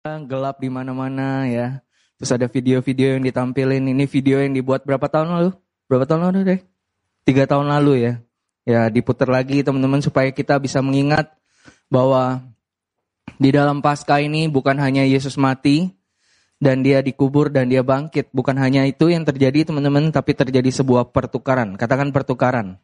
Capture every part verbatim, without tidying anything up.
Gelap di mana-mana ya. Terus ada video-video yang ditampilin. Ini video yang dibuat berapa tahun lalu? Berapa tahun lalu deh? Tiga tahun lalu ya. Ya diputar lagi teman-teman supaya kita bisa mengingat bahwa di dalam Paskah ini bukan hanya Yesus mati dan dia dikubur dan dia bangkit. Bukan hanya itu yang terjadi teman-teman, tapi terjadi sebuah pertukaran. Katakan pertukaran.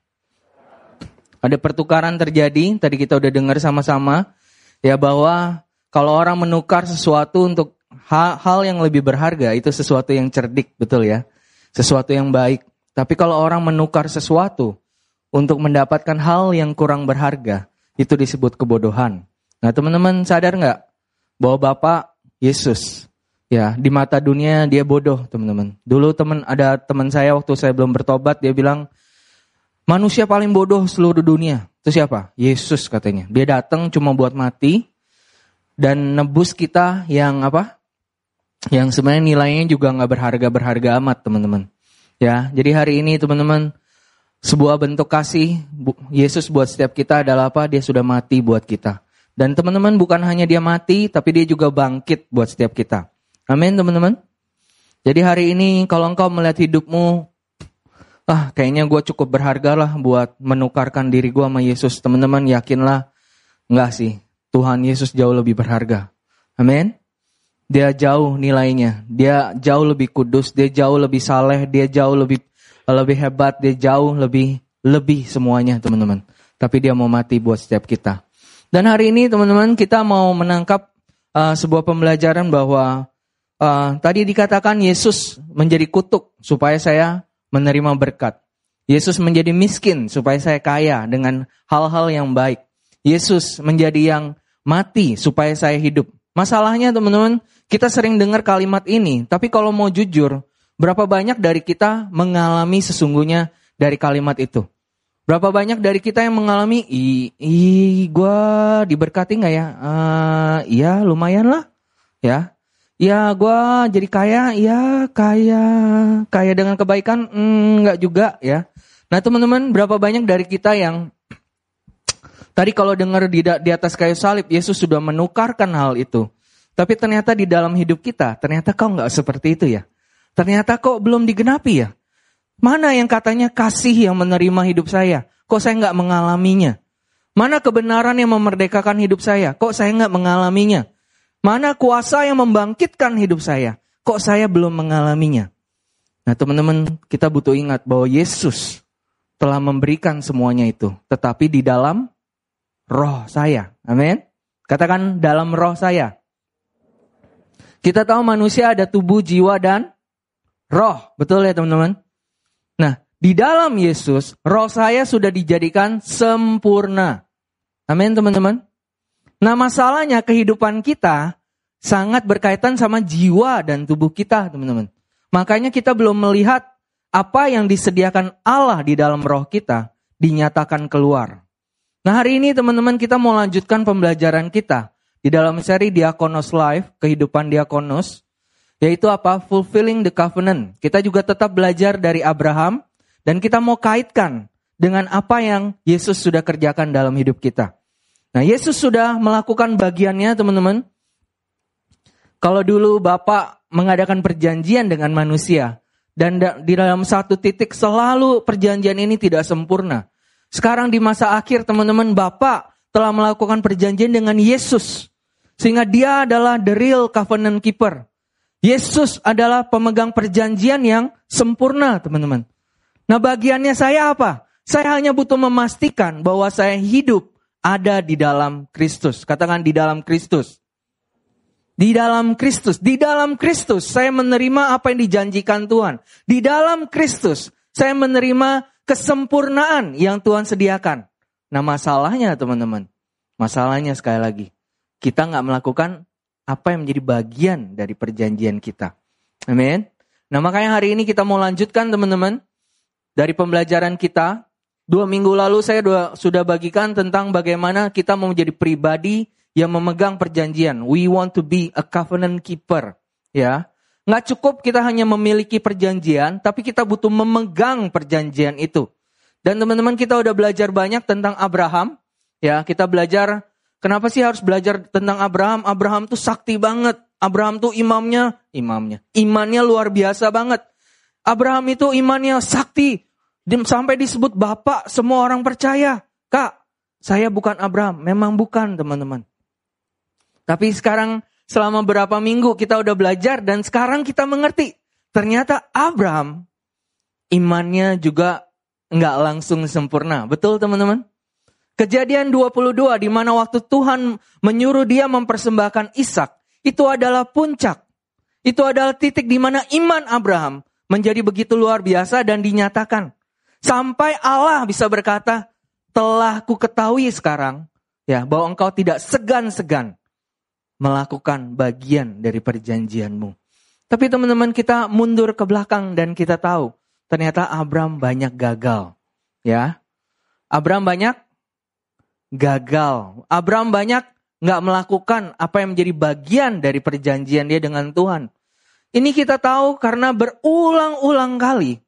Ada pertukaran terjadi, tadi kita udah dengar sama-sama ya, bahwa kalau orang menukar sesuatu untuk hal yang lebih berharga, itu sesuatu yang cerdik, betul ya? Sesuatu yang baik. Tapi kalau orang menukar sesuatu untuk mendapatkan hal yang kurang berharga, itu disebut kebodohan. Nah teman-teman sadar nggak bahwa Bapak Yesus, ya di mata dunia dia bodoh teman-teman. Dulu teman ada teman saya waktu saya belum bertobat, dia bilang, manusia paling bodoh seluruh dunia. Itu siapa? Yesus katanya. Dia datang cuma buat mati dan nebus kita yang apa? Yang sebenarnya nilainya juga nggak berharga-berharga amat teman-teman. Ya, jadi hari ini teman-teman, sebuah bentuk kasih Yesus buat setiap kita adalah apa? Dia sudah mati buat kita. Dan teman-teman bukan hanya dia mati, tapi dia juga bangkit buat setiap kita. Amin teman-teman. Jadi hari ini kalau engkau melihat hidupmu, ah kayaknya gue cukup berharga lah buat menukarkan diri gue sama Yesus. Teman-teman yakinlah, enggak sih. Tuhan Yesus jauh lebih berharga. Amin. Dia jauh nilainya. Dia jauh lebih kudus. Dia jauh lebih saleh. Dia jauh lebih lebih hebat. Dia jauh lebih lebih semuanya teman-teman. Tapi dia mau mati buat setiap kita. Dan hari ini teman-teman kita mau menangkap uh, sebuah pembelajaran bahwa uh, tadi dikatakan Yesus menjadi kutuk supaya saya menerima berkat. Yesus menjadi miskin supaya saya kaya dengan hal-hal yang baik. Yesus menjadi yang mati supaya saya hidup. Masalahnya teman-teman, kita sering dengar kalimat ini, tapi kalau mau jujur, berapa banyak dari kita mengalami sesungguhnya dari kalimat itu? Berapa banyak dari kita yang mengalami, ih, ih gue diberkati gak ya? Uh, iya lumayan lah, ya. Ya gue jadi kaya, ya kaya, kaya dengan kebaikan, mm, gak juga ya. Nah teman-teman, berapa banyak dari kita yang tadi kalau dengar di, di atas kayu salib, Yesus sudah menukarkan hal itu. Tapi ternyata di dalam hidup kita, ternyata kok nggak seperti itu ya. Ternyata kok belum digenapi ya. Mana yang katanya kasih yang menerima hidup saya? Kok saya nggak mengalaminya? Mana kebenaran yang memerdekakan hidup saya? Kok saya nggak mengalaminya? Mana kuasa yang membangkitkan hidup saya? Kok saya belum mengalaminya? Nah teman-teman, kita butuh ingat bahwa Yesus telah memberikan semuanya itu. Tetapi di dalam roh saya. Amin. Katakan dalam roh saya. Kita tahu manusia ada tubuh, jiwa, dan roh. Betul ya teman-teman? Nah, di dalam Yesus, roh saya sudah dijadikan sempurna. Amin teman-teman. Nah masalahnya kehidupan kita sangat berkaitan sama jiwa dan tubuh kita teman-teman. Makanya kita belum melihat apa yang disediakan Allah di dalam roh kita dinyatakan keluar. Nah hari ini teman-teman kita mau lanjutkan pembelajaran kita di dalam seri Diakonos Life, kehidupan diakonos, yaitu apa? Fulfilling the Covenant. Kita juga tetap belajar dari Abraham dan kita mau kaitkan dengan apa yang Yesus sudah kerjakan dalam hidup kita. Nah Yesus sudah melakukan bagiannya teman-teman. Kalau dulu Bapak mengadakan perjanjian dengan manusia dan di dalam satu titik selalu perjanjian ini tidak sempurna. Sekarang di masa akhir teman-teman, Bapak telah melakukan perjanjian dengan Yesus. Sehingga dia adalah the real covenant keeper. Yesus adalah pemegang perjanjian yang sempurna teman-teman. Nah bagiannya saya apa? Saya hanya butuh memastikan bahwa saya hidup ada di dalam Kristus. Katakan di dalam Kristus. Di dalam Kristus. Di dalam Kristus saya menerima apa yang dijanjikan Tuhan. Di dalam Kristus saya menerima kesempurnaan yang Tuhan sediakan. Nah masalahnya teman-teman, masalahnya sekali lagi, kita gak melakukan apa yang menjadi bagian dari perjanjian kita. Amin. Nah makanya hari ini kita mau lanjutkan teman-teman, dari pembelajaran kita. Dua minggu lalu saya dua, sudah bagikan tentang bagaimana kita mau menjadi pribadi yang memegang perjanjian. We want to be a covenant keeper. Ya. Nggak cukup kita hanya memiliki perjanjian, tapi kita butuh memegang perjanjian itu. Dan teman-teman kita udah belajar banyak tentang Abraham. Ya, kita belajar, kenapa sih harus belajar tentang Abraham? Abraham tuh sakti banget. Abraham tuh imamnya, imamnya, imannya luar biasa banget. Abraham itu imannya sakti, sampai disebut bapak semua orang percaya. Kak, saya bukan Abraham, memang bukan teman-teman. Tapi sekarang selama berapa minggu kita udah belajar dan sekarang kita mengerti. Ternyata Abraham imannya juga nggak langsung sempurna. Betul teman-teman? Kejadian dua puluh dua di mana waktu Tuhan menyuruh dia mempersembahkan Ishak, itu adalah puncak. Itu adalah titik di mana iman Abraham menjadi begitu luar biasa dan dinyatakan. Sampai Allah bisa berkata, telah ku ketahui sekarang ya bahwa engkau tidak segan-segan melakukan bagian dari perjanjianmu. Tapi teman-teman, kita mundur ke belakang dan kita tahu ternyata Abraham banyak gagal. Ya, Abraham banyak gagal. Abraham banyak nggak melakukan apa yang menjadi bagian dari perjanjian dia dengan Tuhan. Ini kita tahu karena berulang-ulang kali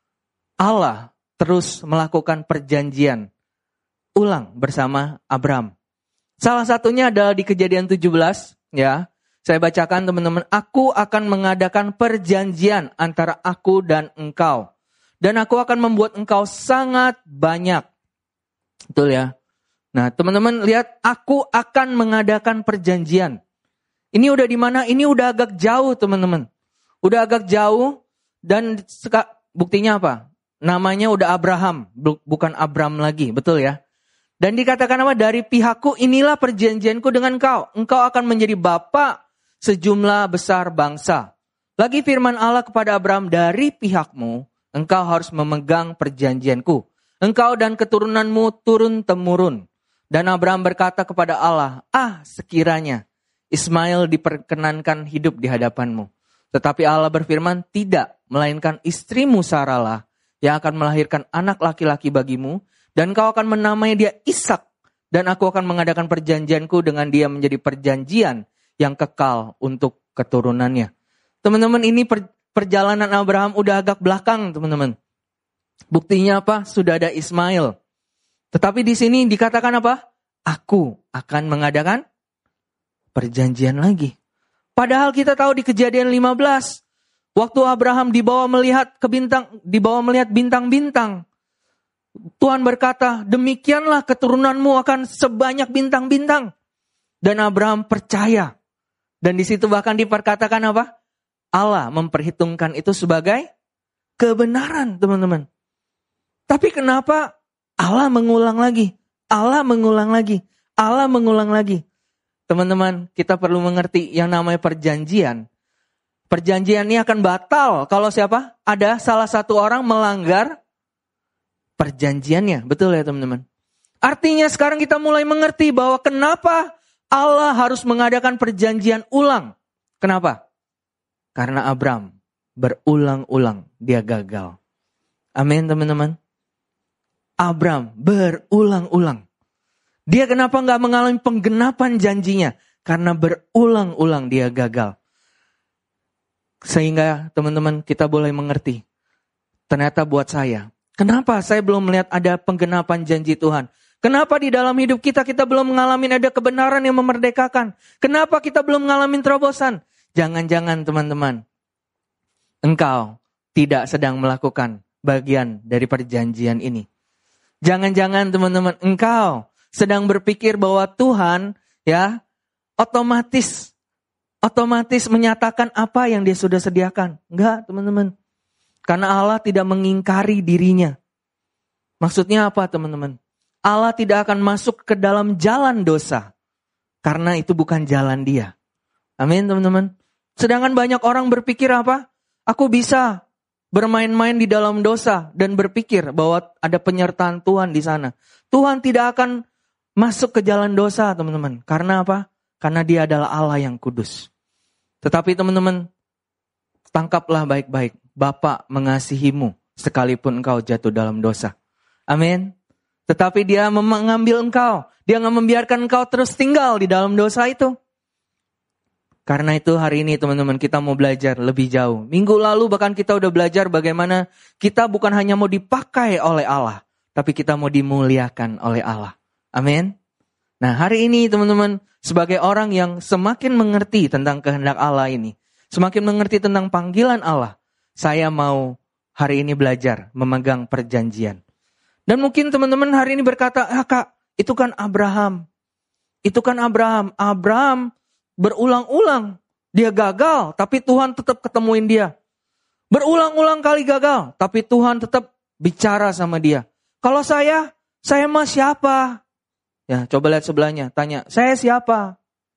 Allah terus melakukan perjanjian ulang bersama Abraham. Salah satunya adalah di Kejadian tujuh belas, ya. Saya bacakan teman-teman, aku akan mengadakan perjanjian antara aku dan engkau. Dan aku akan membuat engkau sangat banyak. Betul ya. Nah teman-teman lihat, aku akan mengadakan perjanjian. Ini udah di mana? Ini udah agak jauh teman-teman. Udah agak jauh dan buktinya apa? Namanya udah Abraham, bukan Abram lagi, betul ya? Dan dikatakan apa? Dari pihakku inilah perjanjianku dengan engkau. Engkau akan menjadi bapa sejumlah besar bangsa. Lagi firman Allah kepada Abraham, dari pihakmu engkau harus memegang perjanjianku. Engkau dan keturunanmu turun-temurun. Dan Abraham berkata kepada Allah, ah sekiranya Ismail diperkenankan hidup di hadapanmu. Tetapi Allah berfirman, tidak, melainkan istrimu Sarahlah yang akan melahirkan anak laki-laki bagimu. Dan kau akan menamai dia Ishak. Dan aku akan mengadakan perjanjianku dengan dia menjadi perjanjian yang kekal untuk keturunannya. Teman-teman, ini per, perjalanan Abraham udah agak belakang teman-teman. Buktinya apa? Sudah ada Ismail. Tetapi di sini dikatakan apa? Aku akan mengadakan perjanjian lagi. Padahal kita tahu di Kejadian lima belas. Waktu Abraham dibawa melihat ke bintang, dibawa melihat bintang-bintang. Tuhan berkata, demikianlah keturunanmu akan sebanyak bintang-bintang. Dan Abraham percaya. Dan di situ bahkan diperkatakan apa? Allah memperhitungkan itu sebagai kebenaran, teman-teman. Tapi kenapa Allah mengulang lagi? Allah mengulang lagi. Allah mengulang lagi. Teman-teman, kita perlu mengerti yang namanya perjanjian. Perjanjian ini akan batal kalau siapa? Ada salah satu orang melanggar perjanjiannya. Betul ya teman-teman? Artinya sekarang kita mulai mengerti bahwa kenapa Allah harus mengadakan perjanjian ulang. Kenapa? Karena Abraham berulang-ulang dia gagal. Amin teman-teman. Abraham berulang-ulang. Dia kenapa gak mengalami penggenapan janjinya? Karena berulang-ulang dia gagal. Sehingga teman-teman kita boleh mengerti. Ternyata buat saya, kenapa saya belum melihat ada penggenapan janji Tuhan? Kenapa di dalam hidup kita, kita belum mengalami ada kebenaran yang memerdekakan? Kenapa kita belum mengalami terobosan? Jangan-jangan teman-teman, engkau tidak sedang melakukan bagian dari perjanjian ini. Jangan-jangan teman-teman, engkau sedang berpikir bahwa Tuhan ya otomatis otomatis menyatakan apa yang dia sudah sediakan. Enggak teman-teman. Karena Allah tidak mengingkari dirinya. Maksudnya apa teman-teman? Allah tidak akan masuk ke dalam jalan dosa. Karena itu bukan jalan dia. Amin teman-teman. Sedangkan banyak orang berpikir apa? Aku bisa bermain-main di dalam dosa. Dan berpikir bahwa ada penyertaan Tuhan di sana. Tuhan tidak akan masuk ke jalan dosa teman-teman. Karena apa? Karena dia adalah Allah yang kudus. Tetapi teman-teman, tangkaplah baik-baik. Bapa mengasihimu sekalipun engkau jatuh dalam dosa. Amin. Tetapi dia mengambil engkau. Dia gak membiarkan engkau terus tinggal di dalam dosa itu. Karena itu hari ini teman-teman kita mau belajar lebih jauh. Minggu lalu bahkan kita udah belajar bagaimana kita bukan hanya mau dipakai oleh Allah. Tapi kita mau dimuliakan oleh Allah. Amin. Nah, hari ini teman-teman, sebagai orang yang semakin mengerti tentang kehendak Allah ini, semakin mengerti tentang panggilan Allah, saya mau hari ini belajar memegang perjanjian. Dan mungkin teman-teman hari ini berkata, ah kak, itu kan Abraham. Itu kan Abraham. Abraham berulang-ulang. Dia gagal, tapi Tuhan tetap ketemuin dia. Berulang-ulang kali gagal, tapi Tuhan tetap bicara sama dia. Kalau saya, saya mah siapa? Ya, coba lihat sebelahnya, tanya, saya siapa?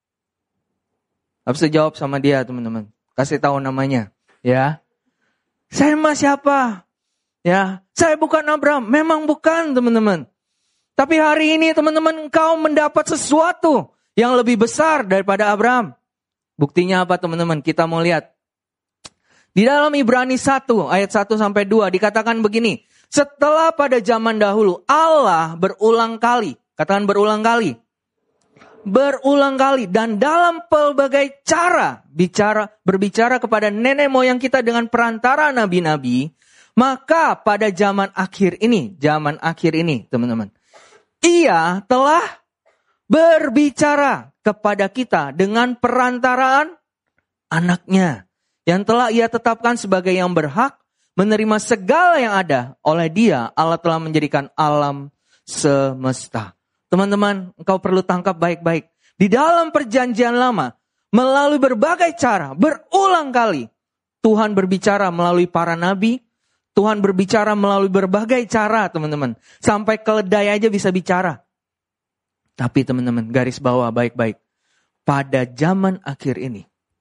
Gak bisa jawab sama dia, teman-teman. Kasih tahu namanya, ya. Saya mah siapa? Ya, saya bukan Abraham. Memang bukan, teman-teman. Tapi hari ini, teman-teman, engkau mendapat sesuatu yang lebih besar daripada Abraham. Buktinya apa, teman-teman? Kita mau lihat. Di dalam Ibrani satu, ayat satu sampai dua, dikatakan begini. Setelah pada zaman dahulu, Allah berulang kali. Katakan berulang kali. Berulang kali. Dan dalam pelbagai cara bicara berbicara kepada nenek moyang kita dengan perantara nabi-nabi. Maka pada zaman akhir ini. Zaman akhir ini teman-teman. Ia telah berbicara kepada kita dengan perantaraan anaknya. Yang telah ia tetapkan sebagai yang berhak menerima segala yang ada. Oleh dia Allah telah menjadikan alam semesta. Teman-teman, engkau perlu tangkap baik-baik. Di dalam perjanjian lama, melalui berbagai cara, berulang kali, Tuhan berbicara melalui para nabi, Tuhan berbicara melalui berbagai cara, teman-teman. Sampai keledai aja bisa bicara. Tapi teman-teman, garis bawah baik-baik. Pada zaman akhir ini,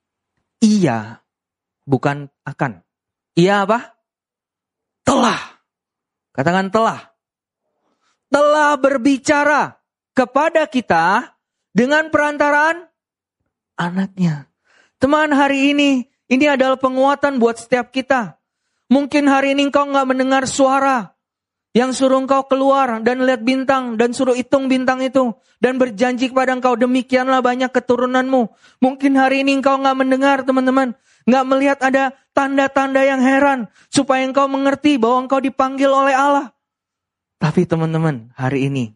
ia bukan akan. Ia apa? Telah. Katakan telah. Telah berbicara kepada kita dengan perantaraan anaknya. Teman, hari ini, ini adalah penguatan buat setiap kita. Mungkin hari ini engkau gak mendengar suara yang suruh engkau keluar dan lihat bintang dan suruh hitung bintang itu. Dan berjanji kepada engkau, demikianlah banyak keturunanmu. Mungkin hari ini engkau gak mendengar, teman-teman. Gak melihat ada tanda-tanda yang heran. Supaya engkau mengerti bahwa engkau dipanggil oleh Allah. Tapi teman-teman, hari ini,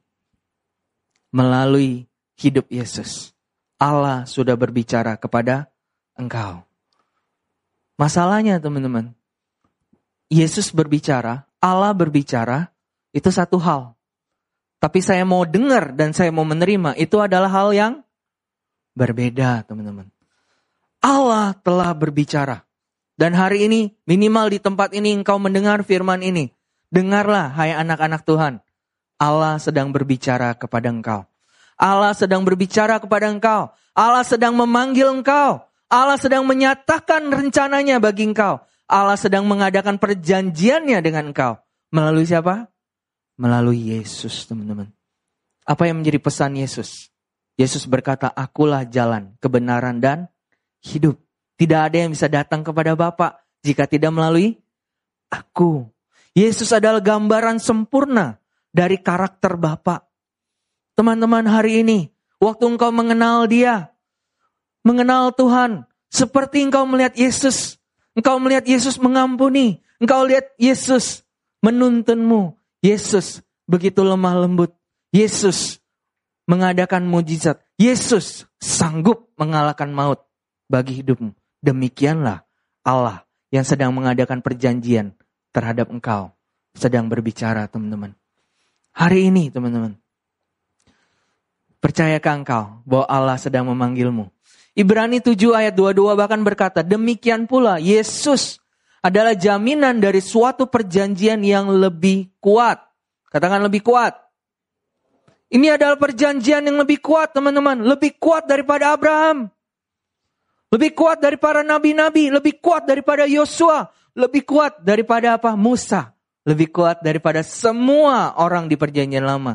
melalui hidup Yesus, Allah sudah berbicara kepada engkau. Masalahnya teman-teman, Yesus berbicara, Allah berbicara, itu satu hal. Tapi saya mau dengar dan saya mau menerima, itu adalah hal yang berbeda teman-teman. Allah telah berbicara. Dan hari ini, minimal di tempat ini engkau mendengar firman ini. Dengarlah hai anak-anak Tuhan. Allah sedang berbicara kepada engkau. Allah sedang berbicara kepada engkau. Allah sedang memanggil engkau. Allah sedang menyatakan rencananya bagi engkau. Allah sedang mengadakan perjanjiannya dengan engkau. Melalui siapa? Melalui Yesus, teman-teman. Apa yang menjadi pesan Yesus? Yesus berkata, akulah jalan, kebenaran, dan hidup. Tidak ada yang bisa datang kepada Bapa jika tidak melalui aku. Yesus adalah gambaran sempurna dari karakter Bapa. Teman-teman, hari ini, waktu engkau mengenal Dia, mengenal Tuhan, seperti engkau melihat Yesus. Engkau melihat Yesus mengampuni. Engkau lihat Yesus menuntunmu. Yesus begitu lemah lembut. Yesus mengadakan mujizat. Yesus sanggup mengalahkan maut bagi hidupmu. Demikianlah Allah yang sedang mengadakan perjanjian terhadap engkau. Sedang berbicara, teman-teman. Hari ini, teman-teman. Percayakah engkau bahwa Allah sedang memanggilmu? Ibrani tujuh ayat dua puluh dua bahkan berkata, demikian pula Yesus adalah jaminan dari suatu perjanjian yang lebih kuat. Katakan lebih kuat. Ini adalah perjanjian yang lebih kuat, teman-teman. Lebih kuat daripada Abraham. Lebih kuat daripada nabi-nabi. Lebih kuat daripada Yosua. Lebih kuat daripada apa? Musa. Lebih kuat daripada semua orang di perjanjian lama.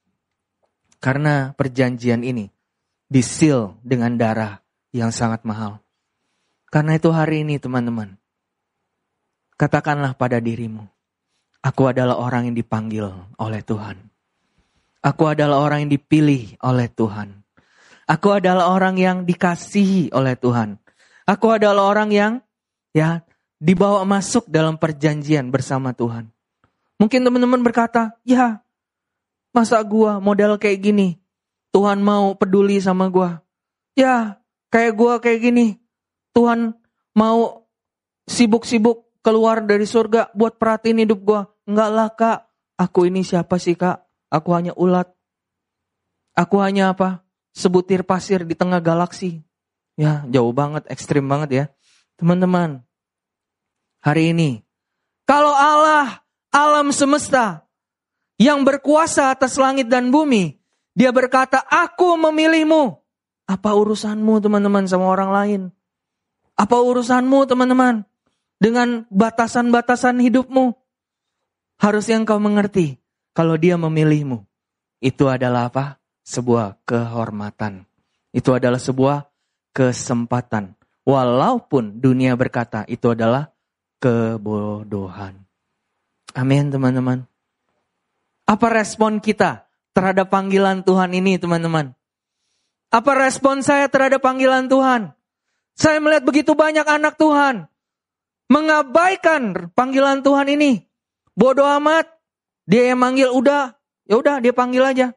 Karena perjanjian ini disil dengan darah yang sangat mahal. Karena itu hari ini, teman-teman, katakanlah pada dirimu, aku adalah orang yang dipanggil oleh Tuhan. Aku adalah orang yang dipilih oleh Tuhan. Aku adalah orang yang dikasihi oleh Tuhan. Aku adalah orang yang ya dibawa masuk dalam perjanjian bersama Tuhan. Mungkin teman-teman berkata, ya masa gua modal kayak gini. Tuhan mau peduli sama gue. Ya, kayak gue kayak gini. Tuhan mau sibuk-sibuk keluar dari surga buat perhatiin hidup gue. Enggak lah kak, aku ini siapa sih kak? Aku hanya ulat. Aku hanya apa? Sebutir pasir di tengah galaksi. Ya, jauh banget, ekstrim banget ya. Teman-teman, hari ini, kalau Allah, alam semesta, yang berkuasa atas langit dan bumi, dia berkata, aku memilihmu. Apa urusanmu teman-teman sama orang lain? Apa urusanmu teman-teman dengan batasan-batasan hidupmu? Harusnya engkau mengerti, kalau dia memilihmu, itu adalah apa? Sebuah kehormatan. Itu adalah sebuah kesempatan. Walaupun dunia berkata itu adalah kebodohan. Amin teman-teman. Apa respon kita terhadap panggilan Tuhan ini teman-teman? Apa respon saya terhadap panggilan Tuhan? Saya melihat begitu banyak anak Tuhan mengabaikan panggilan Tuhan ini. Bodoh amat. Dia yang manggil udah, ya udah dia panggil aja.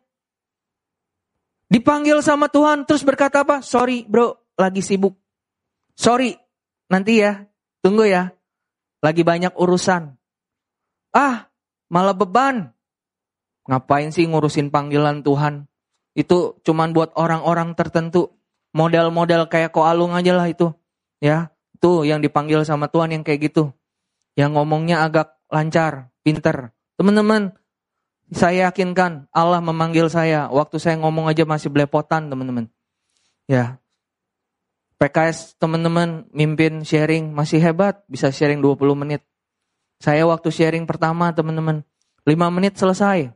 Dipanggil sama Tuhan terus berkata apa? Sorry bro, lagi sibuk. Sorry, nanti ya, tunggu ya. Lagi banyak urusan. Ah, malah beban. Ngapain sih ngurusin panggilan Tuhan? Itu cuman buat orang-orang tertentu. Model-model kayak Ko Alung aja lah itu. Ya, tuh yang dipanggil sama Tuhan yang kayak gitu. Yang ngomongnya agak lancar, pinter. Teman-teman, saya yakinkan Allah memanggil saya. Waktu saya ngomong aja masih belepotan teman-teman. Ya, P K S teman-teman mimpin sharing masih hebat. Bisa sharing dua puluh menit. Saya waktu sharing pertama teman-teman, lima menit selesai.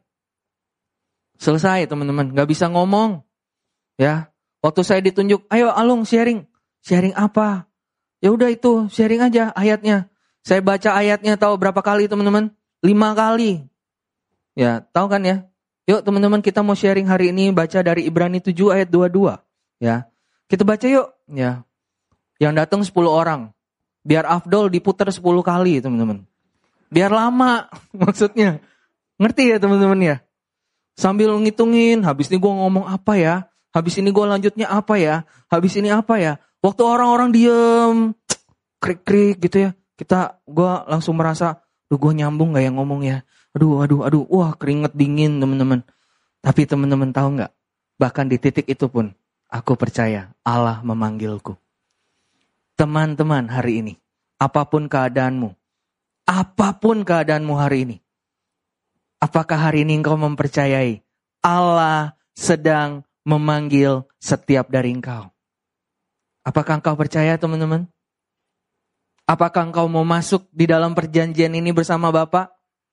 Selesai teman-teman, gak bisa ngomong. Ya, waktu saya ditunjuk, ayo Alung sharing. Sharing apa? Ya udah itu, sharing aja ayatnya. Saya baca ayatnya tahu berapa kali teman-teman? Lima kali. Ya, tahu kan ya? Yuk teman-teman kita mau sharing hari ini baca dari Ibrani tujuh ayat dua puluh dua. Ya. Kita baca yuk. Ya. Yang datang sepuluh orang. Biar afdol diputar sepuluh kali teman-teman. Biar lama maksudnya. Ngerti ya teman-teman ya? Sambil ngitungin, habis ini gue ngomong apa ya? Habis ini gue lanjutnya apa ya? Habis ini apa ya? Waktu orang-orang diem, krik-krik gitu ya. Kita, gue langsung merasa, duh gue nyambung gak ya ngomong ya? Aduh, aduh, aduh, wah keringet dingin teman-teman. Tapi teman-teman tahu nggak? Bahkan di titik itu pun, aku percaya Allah memanggilku. Teman-teman hari ini, apapun keadaanmu, apapun keadaanmu hari ini, apakah hari ini engkau mempercayai Allah sedang memanggil setiap dari engkau? Apakah engkau percaya teman-teman? Apakah engkau mau masuk di dalam perjanjian ini bersama Bapa?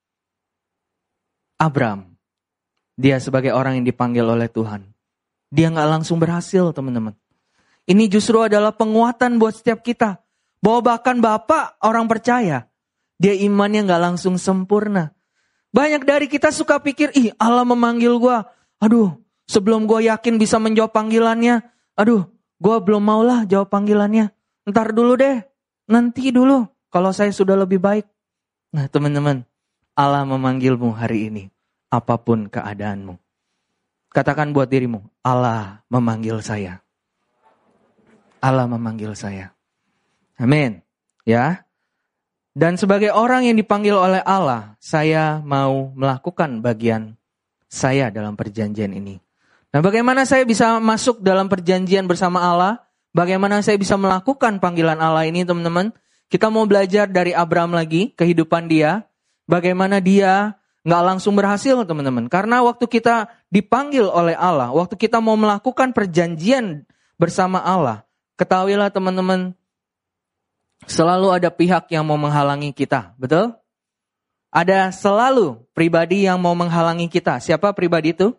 Abram, dia sebagai orang yang dipanggil oleh Tuhan. Dia gak langsung berhasil teman-teman. Ini justru adalah penguatan buat setiap kita. Bahwa bahkan Bapak orang percaya, dia imannya gak langsung sempurna. Banyak dari kita suka pikir, ih Allah memanggil gue. Aduh, sebelum gue yakin bisa menjawab panggilannya. Aduh, gue belum maulah jawab panggilannya. Ntar dulu deh, nanti dulu. Kalau saya sudah lebih baik. Nah teman-teman, Allah memanggilmu hari ini, apapun keadaanmu. Katakan buat dirimu, Allah memanggil saya. Allah memanggil saya. Amin. Ya. Dan sebagai orang yang dipanggil oleh Allah, saya mau melakukan bagian saya dalam perjanjian ini. Nah, bagaimana saya bisa masuk dalam perjanjian bersama Allah? Bagaimana saya bisa melakukan panggilan Allah ini, teman-teman? Kita mau belajar dari Abraham lagi, kehidupan dia. Bagaimana dia gak langsung berhasil teman-teman. Karena waktu kita dipanggil oleh Allah, waktu kita mau melakukan perjanjian bersama Allah, ketahuilah teman-teman, selalu ada pihak yang mau menghalangi kita. Betul? Ada selalu pribadi yang mau menghalangi kita. Siapa pribadi itu?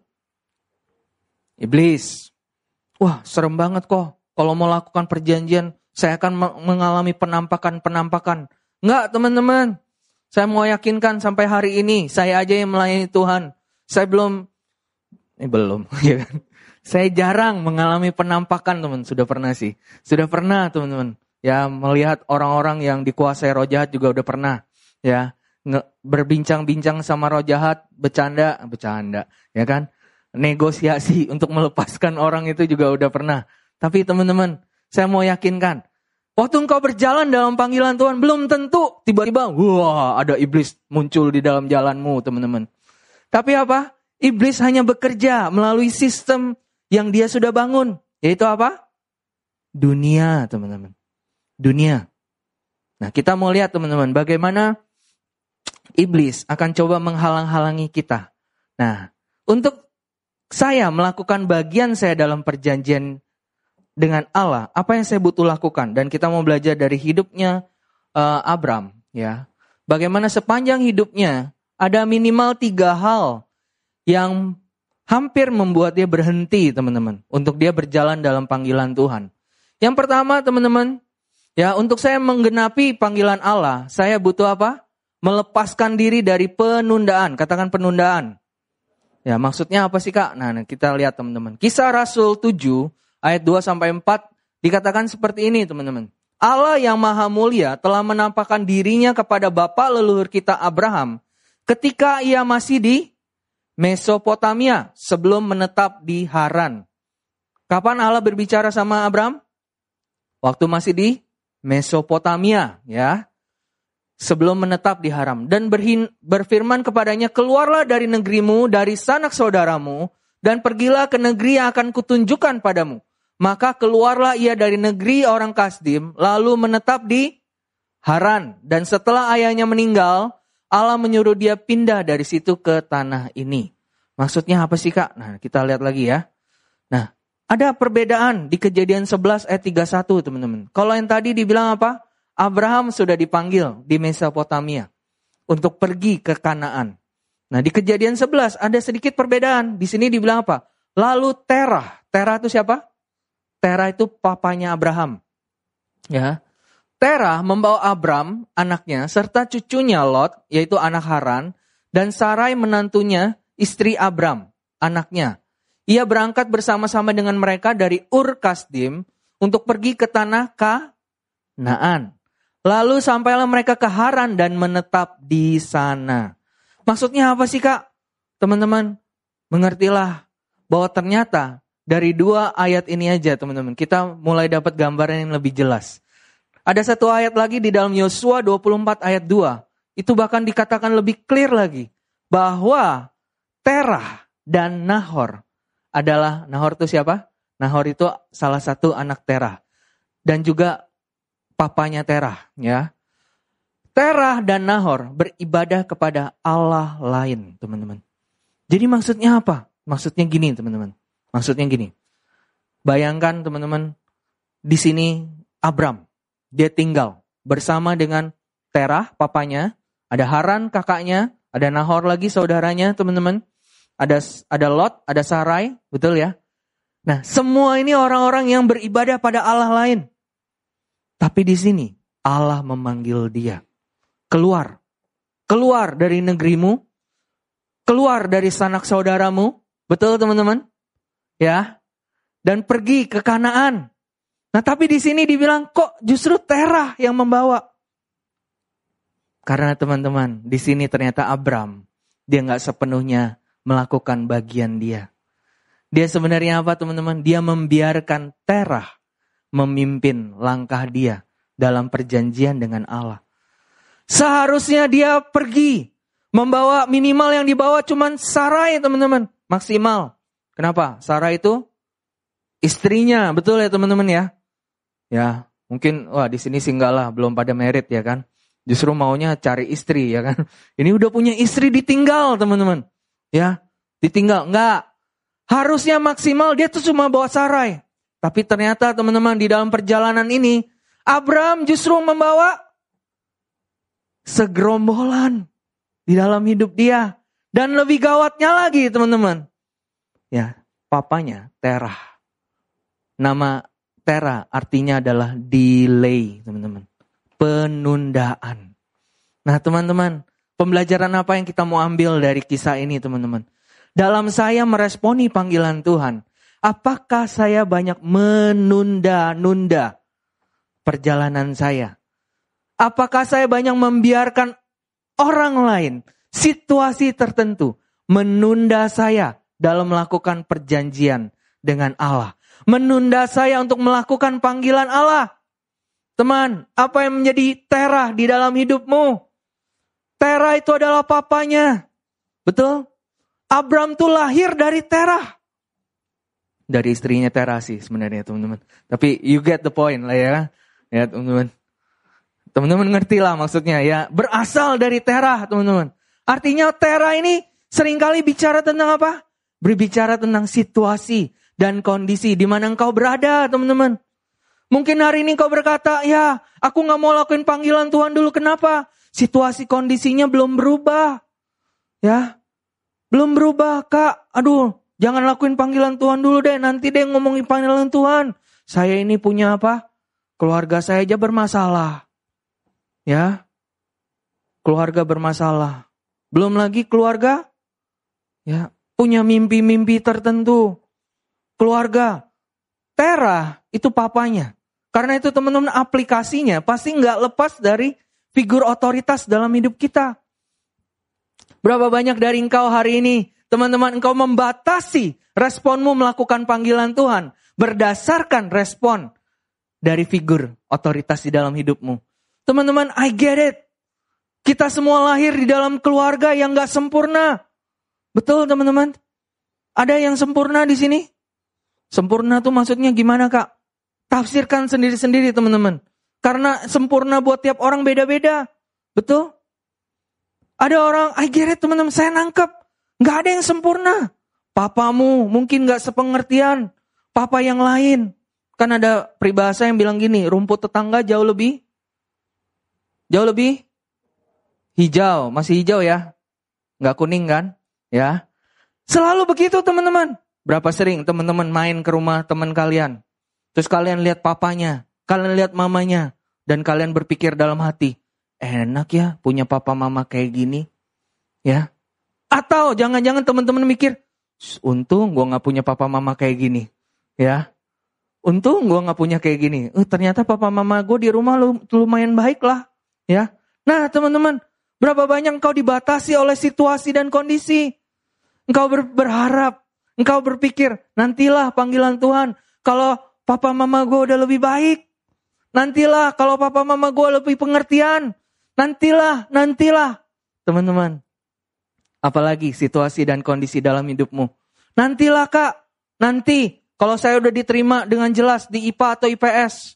Iblis. Wah serem banget kok. Kalau mau lakukan perjanjian, saya akan mengalami penampakan-penampakan. Enggak teman-teman. Saya mau yakinkan sampai hari ini, saya aja yang melayani Tuhan. Saya belum, eh belum, ya kan? Saya jarang mengalami penampakan teman. Sudah pernah sih, sudah pernah teman-teman. Ya melihat orang-orang yang dikuasai roh jahat juga udah pernah. Ya berbincang-bincang sama roh jahat, bercanda, bercanda, ya kan? negosiasi untuk melepaskan orang itu juga udah pernah. Tapi teman-teman, saya mau yakinkan, waktu engkau berjalan dalam panggilan Tuhan, belum tentu tiba-tiba, wah ada iblis muncul di dalam jalanmu teman-teman. Tapi apa? Iblis hanya bekerja melalui sistem yang dia sudah bangun. Yaitu apa? Dunia teman-teman. Dunia. Nah kita mau lihat teman-teman, bagaimana iblis akan coba menghalang-halangi kita. Nah, untuk saya melakukan bagian saya dalam perjanjian dengan Allah, apa yang saya butuh lakukan? Dan kita mau belajar dari hidupnya uh, Abram, ya. Bagaimana sepanjang hidupnya ada minimal tiga hal yang hampir membuat dia berhenti, teman-teman, untuk dia berjalan dalam panggilan Tuhan. Yang pertama, teman-teman, ya, untuk saya menggenapi panggilan Allah, saya butuh apa? Melepaskan diri dari penundaan. Katakan penundaan. Ya, maksudnya apa sih, Kak? Nah, kita lihat, teman-teman. Kisah Rasul tujuh ayat dua sampai empat dikatakan seperti ini, teman-teman. Allah yang maha mulia telah menampakkan dirinya kepada bapa leluhur kita Abraham ketika ia masih di Mesopotamia sebelum menetap di Haran. Kapan Allah berbicara sama Abraham? Waktu masih di Mesopotamia, ya. Sebelum menetap di Haran. Dan berhin, berfirman kepadanya, keluarlah dari negerimu, dari sanak saudaramu, dan pergilah ke negeri yang akan kutunjukkan padamu. Maka keluarlah ia dari negeri orang Kasdim, lalu menetap di Haran. Dan setelah ayahnya meninggal, Allah menyuruh dia pindah dari situ ke tanah ini. Maksudnya apa sih, Kak? Nah, kita lihat lagi ya. Nah, ada perbedaan di Kejadian sebelas ayat tiga puluh satu, teman-teman. Kalau yang tadi dibilang apa? Abraham sudah dipanggil di Mesopotamia untuk pergi ke Kanaan. Nah, di Kejadian sebelas ada sedikit perbedaan. Di sini dibilang apa? Lalu Terah. Terah itu siapa? Terah itu papanya Abraham. Ya. Terah membawa Abram, anaknya, serta cucunya Lot, yaitu anak Haran, dan Sarai menantunya, istri Abram, anaknya. Ia berangkat bersama-sama dengan mereka dari Ur Kasdim untuk pergi ke tanah Kanaan. Lalu sampailah mereka ke Haran dan menetap di sana. Maksudnya apa sih, Kak? Teman-teman, mengertilah bahwa ternyata dari dua ayat ini aja, teman-teman, kita mulai dapat gambaran yang lebih jelas. Ada satu ayat lagi di dalam Yosua dua puluh empat ayat dua. Itu bahkan dikatakan lebih clear lagi. Bahwa Terah dan Nahor adalah, Nahor itu siapa? Nahor itu salah satu anak Terah. Dan juga papanya Terah, ya. Terah dan Nahor beribadah kepada Allah lain, teman-teman. Jadi maksudnya apa? Maksudnya gini, teman-teman. Maksudnya gini. Bayangkan, teman-teman, di sini Abram, dia tinggal bersama dengan Terah, papanya, ada Haran, kakaknya, ada Nahor lagi, saudaranya, teman-teman. Ada ada Lot, ada Sarai, betul ya? Nah, semua ini orang-orang yang beribadah pada Allah lain. Tapi di sini Allah memanggil dia. Keluar. Keluar dari negerimu. Keluar dari sanak saudaramu. Betul, teman-teman? Ya. Dan pergi ke Kanaan. Nah, tapi di sini dibilang kok justru Terah yang membawa. Karena teman-teman, di sini ternyata Abram, dia nggak sepenuhnya melakukan bagian dia. Dia sebenarnya apa, teman-teman? Dia membiarkan Terah memimpin langkah dia dalam perjanjian dengan Allah. Seharusnya dia pergi membawa, minimal yang dibawa cuman Sarai, teman-teman, maksimal. Kenapa? Sarai itu istrinya, betul ya, teman-teman ya? Ya, mungkin wah di sini sih enggak lah, belum pada merit ya kan. Justru maunya cari istri ya kan. Ini udah punya istri ditinggal, teman-teman. Ya, ditinggal. Enggak. Harusnya maksimal dia tuh cuma bawa Sarai. Tapi ternyata teman-teman di dalam perjalanan ini Abram justru membawa segerombolan di dalam hidup dia. Dan lebih gawatnya lagi, teman-teman. Ya, papanya Terah. Nama Terah artinya adalah delay, teman-teman. Penundaan. Nah, teman-teman, pembelajaran apa yang kita mau ambil dari kisah ini, teman-teman? Dalam saya meresponi panggilan Tuhan, apakah saya banyak menunda-nunda perjalanan saya? Apakah saya banyak membiarkan orang lain, situasi tertentu, menunda saya dalam melakukan perjanjian dengan Allah. Menunda saya untuk melakukan panggilan Allah. Teman, apa yang menjadi Terah di dalam hidupmu? Terah itu adalah papanya. Betul? Abram tuh lahir dari Terah. Dari istrinya Terah sih sebenarnya teman-teman. Tapi you get the point lah ya. Ya teman-teman. Teman-teman ngerti lah maksudnya ya. Berasal dari Terah teman-teman. Artinya Terah ini seringkali bicara tentang apa? Berbicara tentang situasi dan kondisi di mana engkau berada teman-teman. Mungkin hari ini kau berkata, ya aku gak mau lakuin panggilan Tuhan dulu. Kenapa? Situasi kondisinya belum berubah. Ya, belum berubah kak. Aduh, jangan lakuin panggilan Tuhan dulu deh. Nanti deh ngomongin panggilan Tuhan. Saya ini punya apa? Keluarga saya aja bermasalah. Ya, keluarga bermasalah. Belum lagi keluarga, ya punya mimpi-mimpi tertentu. Keluarga, Terah itu papanya. Karena itu teman-teman aplikasinya pasti nggak lepas dari figur otoritas dalam hidup kita. Berapa banyak dari engkau hari ini, teman-teman, engkau membatasi responmu melakukan panggilan Tuhan berdasarkan respon dari figur otoritas di dalam hidupmu. Teman-teman, I get it. Kita semua lahir di dalam keluarga yang nggak sempurna. Betul teman-teman? Ada yang sempurna di sini? Sempurna tuh maksudnya gimana kak? Tafsirkan sendiri-sendiri teman-teman. Karena sempurna buat tiap orang beda-beda. Betul? Ada orang, I get it teman-teman, saya nangkep. Gak ada yang sempurna. Papamu mungkin gak sepengertian. Papa yang lain. Kan ada peribahasa yang bilang gini, rumput tetangga jauh lebih. Jauh lebih hijau. Masih hijau ya. Gak kuning kan? Ya. Selalu begitu teman-teman. Berapa sering teman-teman main ke rumah teman kalian. Terus kalian lihat papanya, kalian lihat mamanya, dan kalian berpikir dalam hati, enak ya punya papa mama kayak gini, ya. Atau jangan-jangan teman-teman mikir, untung gue nggak punya papa mama kayak gini, ya. Untung gue nggak punya kayak gini. Uh, ternyata papa mama gue di rumah lumayan baik lah, ya. Nah teman-teman, berapa banyak engkau dibatasi oleh situasi dan kondisi? Engkau ber- berharap, engkau berpikir, nantilah panggilan Tuhan. Kalau papa mama gue udah lebih baik. Nantilah kalau papa mama gue lebih pengertian. Nantilah, nantilah. Teman-teman. Apalagi situasi dan kondisi dalam hidupmu. Nantilah kak. Nanti. Kalau saya udah diterima dengan jelas di I P A atau I P S.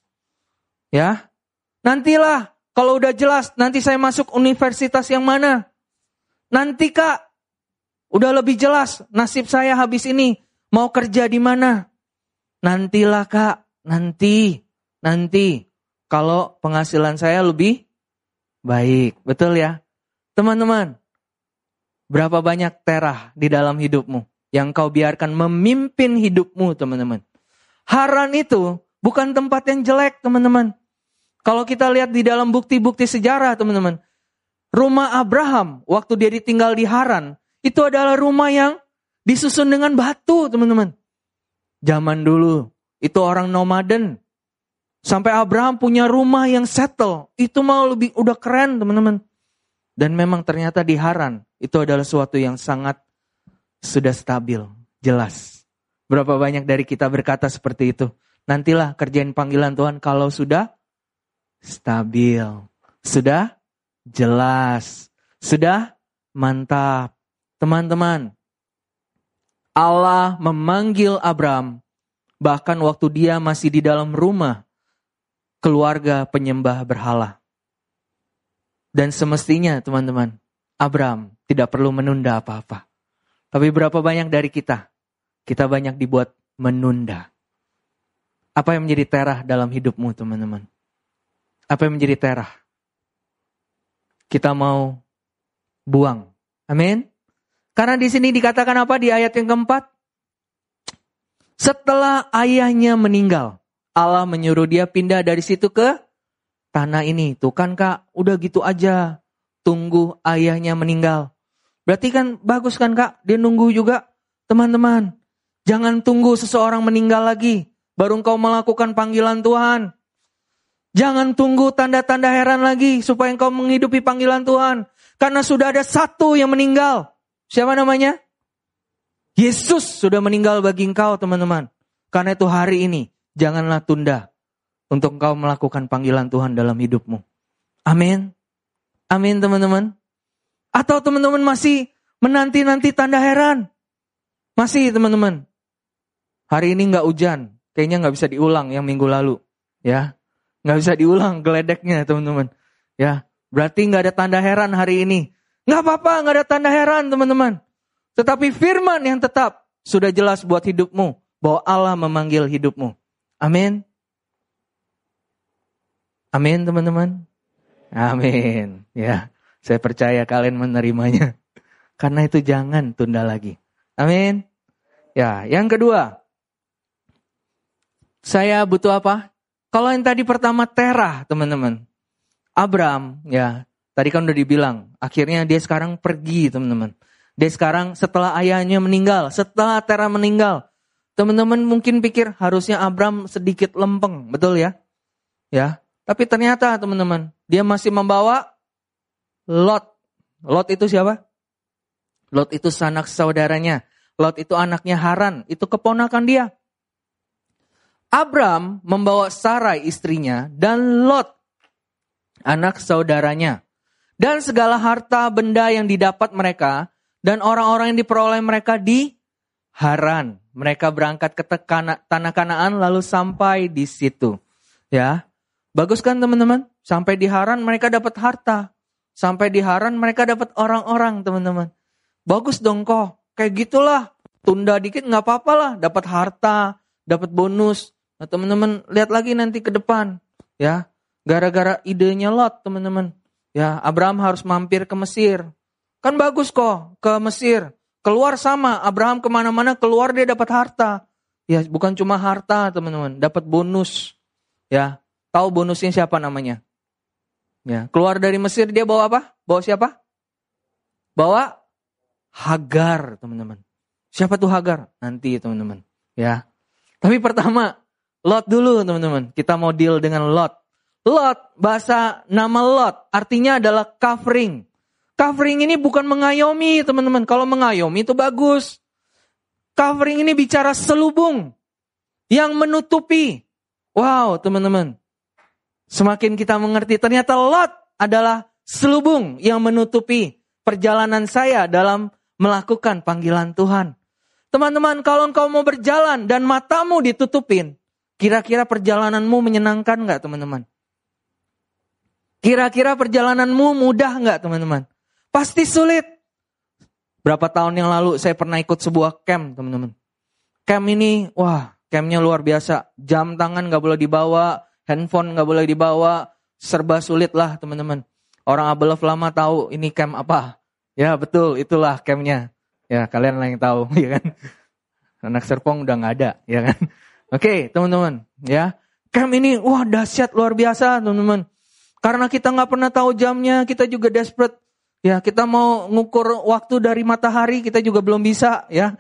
Ya. Nantilah. Kalau udah jelas. Nanti saya masuk universitas yang mana. Nanti kak. Udah lebih jelas. Nasib saya habis ini. Mau kerja di mana. Nantilah kak, nanti, nanti. Kalau penghasilan saya lebih baik, betul ya? Teman-teman, berapa banyak Terah di dalam hidupmu yang kau biarkan memimpin hidupmu teman-teman. Haran itu bukan tempat yang jelek teman-teman. Kalau kita lihat di dalam bukti-bukti sejarah teman-teman. Rumah Abraham waktu dia ditinggal di Haran, itu adalah rumah yang disusun dengan batu teman-teman. Zaman dulu, itu orang nomaden. Sampai Abraham punya rumah yang settle. Itu mau lebih, udah keren teman-teman. Dan memang ternyata di Haran, itu adalah sesuatu yang sangat sudah stabil, jelas. Berapa banyak dari kita berkata seperti itu. Nantilah kerjain panggilan Tuhan kalau sudah stabil. Sudah jelas. Sudah mantap. Teman-teman. Allah memanggil Abram, bahkan waktu dia masih di dalam rumah keluarga penyembah berhala. Dan semestinya teman-teman, Abram tidak perlu menunda apa-apa. Tapi berapa banyak dari kita, kita banyak dibuat menunda. Apa yang menjadi Terah dalam hidupmu teman-teman? Apa yang menjadi Terah? Kita mau buang. Amin. Karena di sini dikatakan apa di ayat yang keempat? Setelah ayahnya meninggal, Allah menyuruh dia pindah dari situ ke tanah ini. Tuh kan kak, udah gitu aja. Tunggu ayahnya meninggal. Berarti kan bagus kan kak, dia nunggu juga. Teman-teman, jangan tunggu seseorang meninggal lagi, baru engkau melakukan panggilan Tuhan. Jangan tunggu tanda-tanda heran lagi, supaya engkau menghidupi panggilan Tuhan. Karena sudah ada satu yang meninggal. Siapa namanya? Yesus sudah meninggal bagi engkau teman-teman. Karena itu hari ini janganlah tunda untuk engkau melakukan panggilan Tuhan dalam hidupmu. Amin. Amin teman-teman. Atau teman-teman masih menanti-nanti tanda heran. Masih teman-teman. Hari ini gak hujan. Kayaknya gak bisa diulang yang minggu lalu. Ya, gak bisa diulang geledeknya teman-teman. Ya, berarti gak ada tanda heran hari ini. Gak apa-apa, gak ada tanda heran teman-teman. Tetapi firman yang tetap sudah jelas buat hidupmu. Bahwa Allah memanggil hidupmu. Amin. Amin teman-teman. Amin. Ya, saya percaya kalian menerimanya. Karena itu jangan tunda lagi. Amin. Ya, yang kedua. Saya butuh apa? Kalau yang tadi pertama Terah, teman-teman. Abram, ya, tadi kan udah dibilang. Akhirnya dia sekarang pergi, teman-teman. Dia sekarang setelah ayahnya meninggal, setelah Terah meninggal. Teman-teman mungkin pikir harusnya Abram sedikit lempeng, betul ya? Ya, tapi ternyata teman-teman, dia masih membawa Lot. Lot itu siapa? Lot itu sanak saudaranya. Lot itu anaknya Haran, itu keponakan dia. Abram membawa Sarai istrinya dan Lot anak saudaranya. Dan segala harta benda yang didapat mereka dan orang-orang yang diperoleh mereka di Haran. Mereka berangkat ke tanah Kanaan lalu sampai di situ. Ya, bagus kan teman-teman? Sampai di Haran mereka dapat harta. Sampai di Haran mereka dapat orang-orang teman-teman. Bagus dong kok. Kayak gitulah. Tunda dikit gak apa-apa lah. Dapat harta, dapat bonus. Nah teman-teman lihat lagi nanti ke depan. Ya, gara-gara idenya Lot teman-teman. Ya, Abraham harus mampir ke Mesir. Kan bagus kok ke Mesir. Keluar sama, Abraham kemana-mana keluar dia dapat harta. Ya, bukan cuma harta teman-teman, dapat bonus. Ya, tahu bonusnya siapa namanya? Ya, keluar dari Mesir dia bawa apa? Bawa siapa? Bawa Hagar teman-teman. Siapa tuh Hagar? Nanti teman-teman. Ya, tapi pertama Lot dulu teman-teman. Kita mau deal dengan Lot. Lot, bahasa nama Lot artinya adalah covering. Covering ini bukan mengayomi teman-teman. Kalau mengayomi itu bagus. Covering ini bicara selubung. Yang menutupi. Wow teman-teman. Semakin kita mengerti ternyata Lot adalah selubung yang menutupi perjalanan saya dalam melakukan panggilan Tuhan. Teman-teman kalau engkau mau berjalan dan matamu ditutupin. Kira-kira perjalananmu menyenangkan gak teman-teman? Kira-kira perjalananmu mudah gak teman-teman? Pasti sulit. Berapa tahun yang lalu saya pernah ikut sebuah camp teman-teman. Camp ini, wah campnya luar biasa. Jam tangan gak boleh dibawa, handphone gak boleh dibawa. Serba sulit lah teman-teman. Orang Abelov lama tahu ini camp apa. Ya betul, itulah campnya. Ya kalian lah yang tahu, ya kan. Anak Serpong udah gak ada, ya kan. Oke teman-teman, ya. Camp ini, wah dahsyat luar biasa teman-teman. Karena kita gak pernah tahu jamnya, kita juga desperate. Ya, kita mau ngukur waktu dari matahari, kita juga belum bisa, ya.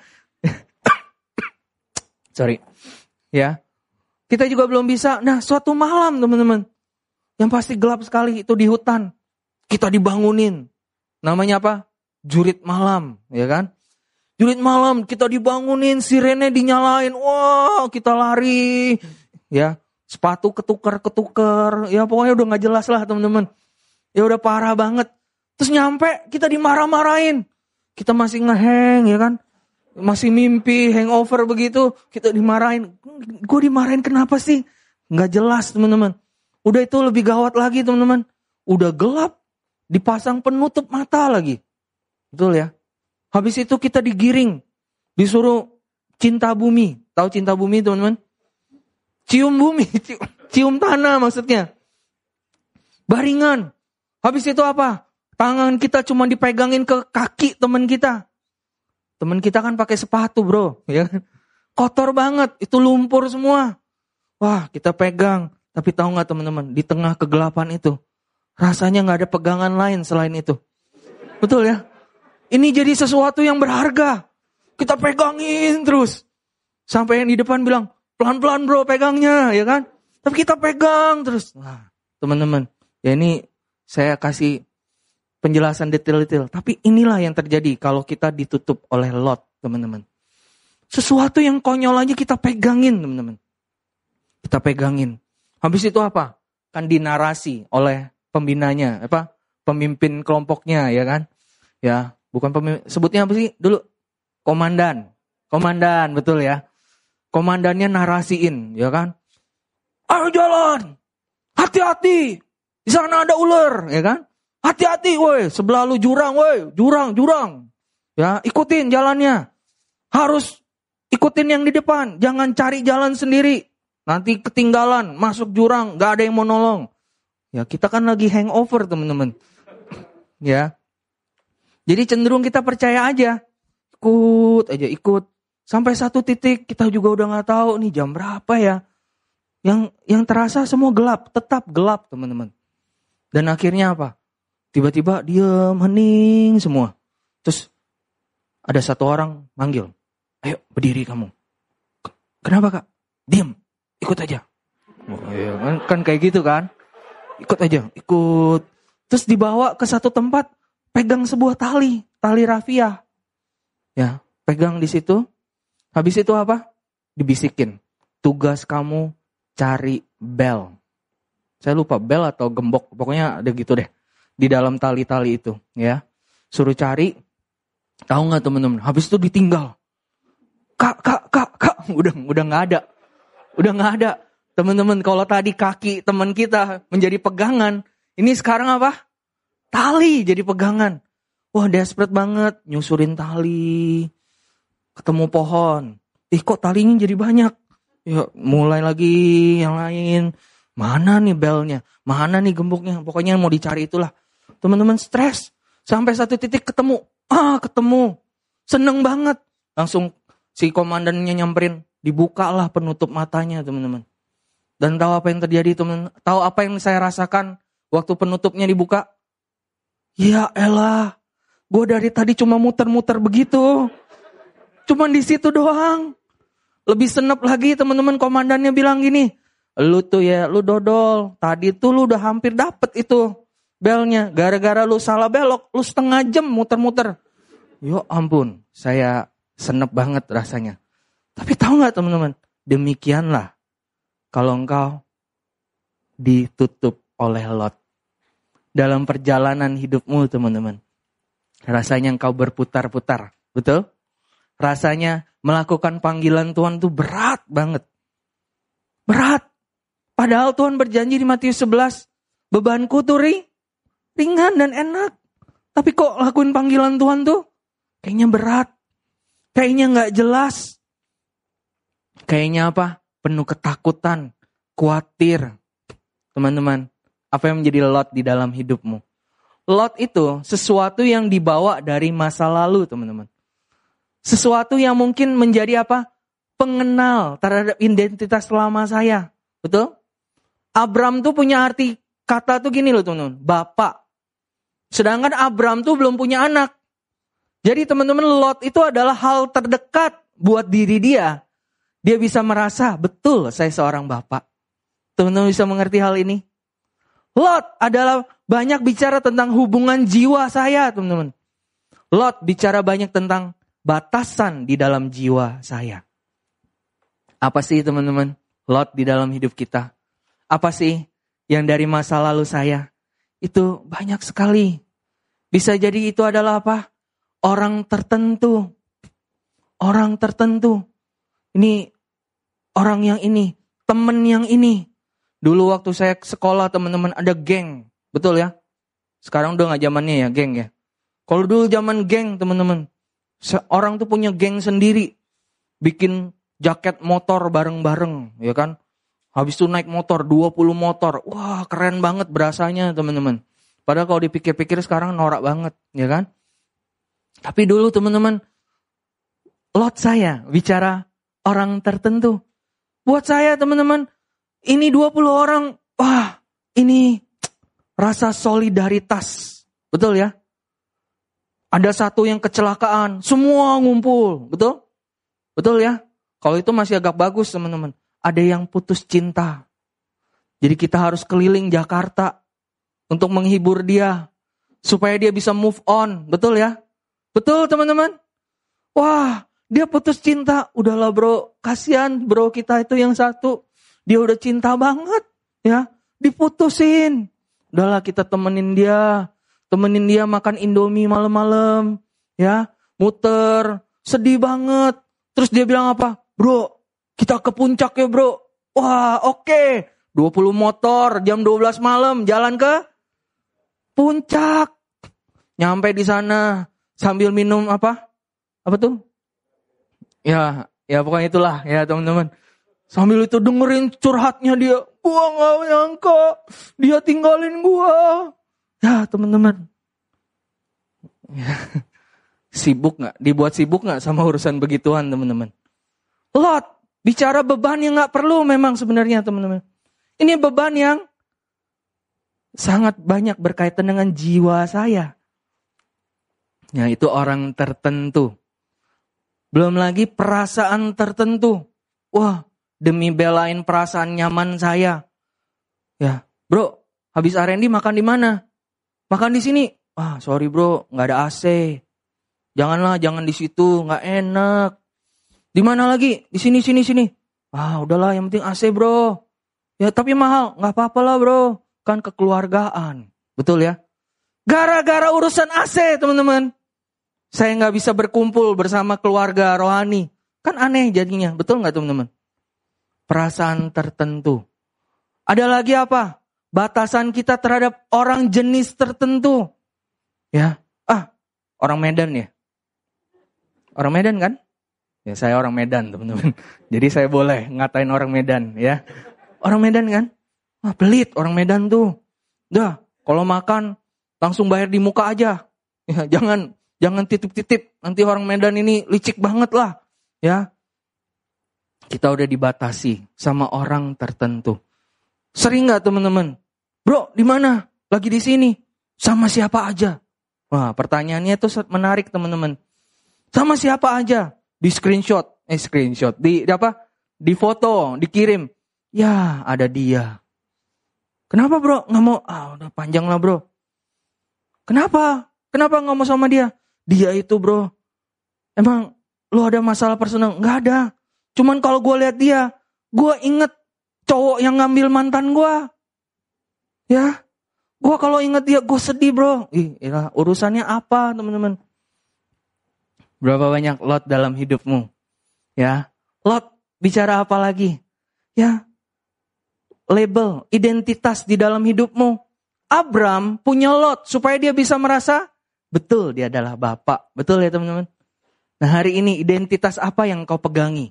Sorry. Ya. Kita juga belum bisa. Nah, suatu malam, teman-teman. Yang pasti gelap sekali itu di hutan. Kita dibangunin. Namanya apa? Jurit malam, ya kan? Jurit malam, kita dibangunin, sirene dinyalain. Wah, kita lari. Ya, sepatu ketukar-ketukar. Ya, pokoknya udah gak jelas lah, teman-teman. Ya udah parah banget. Terus nyampe kita dimarah-marahin. Kita masih ngeheng ya kan. Masih mimpi hangover begitu. Kita dimarahin. Gue dimarahin kenapa sih? Gak jelas teman-teman. Udah itu lebih gawat lagi teman-teman. Udah gelap. Dipasang penutup mata lagi. Betul ya. Habis itu kita digiring. Disuruh cinta bumi. Tahu cinta bumi teman-teman? Cium bumi. Cium, cium tanah maksudnya. Baringan. Habis itu apa? Tangan kita cuma dipegangin ke kaki teman kita. Teman kita kan pakai sepatu bro. Ya. Kotor banget. Itu lumpur semua. Wah kita pegang. Tapi tahu gak teman-teman. Di tengah kegelapan itu. Rasanya gak ada pegangan lain selain itu. Betul ya. Ini jadi sesuatu yang berharga. Kita pegangin terus. Sampai yang di depan bilang. Pelan-pelan bro pegangnya. Ya kan. Tapi kita pegang terus. Nah teman-teman. Ya ini saya kasih penjelasan detail-detail. Tapi inilah yang terjadi kalau kita ditutup oleh Lot, teman-teman. Sesuatu yang konyol aja kita pegangin, teman-teman. Kita pegangin. Habis itu apa? Kan dinarasi oleh pembinanya, apa? Pemimpin kelompoknya, ya kan? Ya, bukan pemimpin, sebutnya apa sih dulu? Komandan. Komandan, betul ya. Komandannya narasiin, ya kan? Ayo jalan. Hati-hati. Di sana ada ular, ya kan? Hati-hati, woi, sebelah lu jurang, woi, jurang, jurang. Ya, ikutin jalannya. Harus ikutin yang di depan, jangan cari jalan sendiri. Nanti ketinggalan, masuk jurang, gak ada yang mau nolong. Ya, kita kan lagi hangover, teman-teman. Ya. Jadi cenderung kita percaya aja. Ikut aja, ikut. Sampai satu titik kita juga udah gak tahu nih jam berapa ya. Yang yang terasa semua gelap, tetap gelap, teman-teman. Dan akhirnya apa? Tiba-tiba diam, hening semua. Terus ada satu orang manggil. Ayo berdiri kamu. Kenapa kak? Diam, ikut aja. Oh, iya, kan, kan kayak gitu kan. Ikut aja, ikut. Terus dibawa ke satu tempat, pegang sebuah tali, tali rafia. Ya, pegang di situ. Habis itu apa? Dibisikin. Tugas kamu cari bel. Saya lupa bel atau gembok, pokoknya ada gitu deh. Di dalam tali-tali itu, ya. Suruh cari. Tahu nggak teman-teman? Habis itu ditinggal. Kak, kak, kak, kak, udah udah nggak ada. Udah nggak ada. Teman-teman, kalau tadi kaki teman kita menjadi pegangan, ini sekarang apa? Tali jadi pegangan. Wah, desperate banget, nyusurin tali. Ketemu pohon. Ih, kok talinya jadi banyak? Ya, mulai lagi yang lain. Mana nih belnya? Mana nih gemboknya? Pokoknya mau dicari itulah. Teman-teman stres. Sampai satu titik ketemu. Ah, ketemu. Seneng banget. Langsung si komandannya nyamperin. Dibukalah penutup matanya, teman-teman. Dan tahu apa yang terjadi, teman? Tahu apa yang saya rasakan waktu penutupnya dibuka? Ya elah. Gue dari tadi cuma muter-muter begitu. Cuman di situ doang. Lebih senep lagi, teman-teman, komandannya bilang gini. Lu tuh ya, lu dodol. Tadi tuh lu udah hampir dapet itu belnya. Gara-gara lu salah belok, lu setengah jam muter-muter. Yo ampun, saya senep banget rasanya. Tapi tahu gak teman-teman, demikianlah kalau engkau ditutup oleh Lot. Dalam perjalanan hidupmu, teman-teman. Rasanya engkau berputar-putar, betul? Rasanya melakukan panggilan Tuhan itu berat banget. Berat. Padahal Tuhan berjanji di Matius sebelas, bebanku tuh ringan dan enak. Tapi kok lakuin panggilan Tuhan tuh kayaknya berat. Kayaknya gak jelas. Kayaknya apa? Penuh ketakutan, khawatir. Teman-teman, apa yang menjadi Lot di dalam hidupmu? Lot itu sesuatu yang dibawa dari masa lalu, teman-teman. Sesuatu yang mungkin menjadi apa? Pengenal terhadap identitas lama saya. Betul? Abram tuh punya arti kata tuh gini loh teman-teman. Bapak. Sedangkan Abram tuh belum punya anak. Jadi teman-teman, Lot itu adalah hal terdekat buat diri dia. Dia bisa merasa, betul saya seorang bapak. Teman-teman bisa mengerti hal ini? Lot adalah banyak bicara tentang hubungan jiwa saya, teman-teman. Lot bicara banyak tentang batasan di dalam jiwa saya. Apa sih teman-teman? Lot di dalam hidup kita. Apa sih yang dari masa lalu saya? Itu banyak sekali. Bisa jadi itu adalah apa? Orang tertentu. Orang tertentu. Ini orang yang ini. Teman yang ini. Dulu waktu saya sekolah teman-teman ada geng. Betul ya? Sekarang udah gak zamannya ya geng ya. Kalau dulu zaman geng teman-teman. Orang tuh punya geng sendiri. Bikin jaket motor bareng-bareng. Ya kan? Habis itu naik motor, dua puluh motor. Wah keren banget berasanya teman-teman. Padahal kalau dipikir-pikir sekarang norak banget. Ya kan? Tapi dulu teman-teman. Lot saya bicara orang tertentu. Buat saya teman-teman. Ini dua puluh orang. Wah ini rasa solidaritas. Betul ya? Ada satu yang kecelakaan. Semua ngumpul. Betul? Betul ya? Kalau itu masih agak bagus teman-teman. Ada yang putus cinta. Jadi kita harus keliling Jakarta untuk menghibur dia. Supaya dia bisa move on. Betul ya? Betul teman-teman? Wah, Dia putus cinta. Udahlah bro, kasihan bro kita itu yang satu. Dia udah cinta banget. Ya, diputusin. Udahlah kita temenin dia. Temenin dia makan Indomie malam-malam. Ya, muter. Sedih banget. Terus dia bilang apa? Bro, kita ke puncak ya bro. Wah oke. Okay. dua puluh motor jam dua belas malam jalan ke puncak. Nyampe di sana sambil minum apa? Apa tuh? Ya, ya pokoknya itulah ya teman-teman. Sambil itu dengerin curhatnya dia. Gua gak nyangka dia tinggalin gua. Ya teman-teman. Ya. Sibuk gak? Dibuat sibuk gak sama urusan begituan teman-teman? Lot, bicara beban yang gak perlu memang sebenarnya teman-teman. Ini beban yang sangat banyak berkaitan dengan jiwa saya. Ya itu orang tertentu. Belum lagi perasaan tertentu. Wah, demi belain perasaan nyaman saya. Ya, bro, habis R and D makan di mana? Makan di sini. Ah, sorry bro, nggak ada A C. Janganlah, jangan di situ, nggak enak. Di mana lagi? Di sini, sini, sini. Ah, udahlah, yang penting A C bro. Ya, tapi mahal, nggak apa-apa lah bro. Kan kekeluargaan, betul ya? Gara-gara urusan A C, teman-teman. Saya nggak bisa berkumpul bersama keluarga rohani. Kan aneh jadinya, betul nggak teman-teman? Perasaan tertentu. Ada lagi apa? Batasan kita terhadap orang jenis tertentu. Ya, ah, orang Medan ya? Orang Medan kan? Ya saya orang Medan teman-teman. Jadi saya boleh ngatain orang Medan ya. Orang Medan kan? Ah, pelit orang Medan tuh. Dah, kalau makan langsung bayar di muka aja. Ya, jangan jangan titip-titip. Nanti orang Medan ini licik banget lah. Ya. Kita udah dibatasi sama orang tertentu. Sering nggak teman-teman? Bro, di mana? Lagi di sini. Sama siapa aja? Wah, pertanyaannya tuh menarik teman-teman. Sama siapa aja? Di screenshot, eh screenshot, di, di apa? Di foto, dikirim. Ya, ada dia. Kenapa bro? Nggak mau? Ah, udah panjang lah bro. Kenapa? Kenapa nggak mau sama dia? Dia itu bro. Emang lu ada masalah personal? Nggak ada. Cuman kalau gue lihat dia, gue inget cowok yang ngambil mantan gue. Ya, gue kalau inget dia, gue sedih bro. Ih, ilah, urusannya apa teman-teman? Berapa banyak Lot dalam hidupmu? Ya, Lot bicara apa lagi? Ya, label, identitas di dalam hidupmu. Abram punya Lot supaya dia bisa merasa betul dia adalah bapak. Betul ya teman-teman? Nah hari ini identitas apa yang kau pegangi?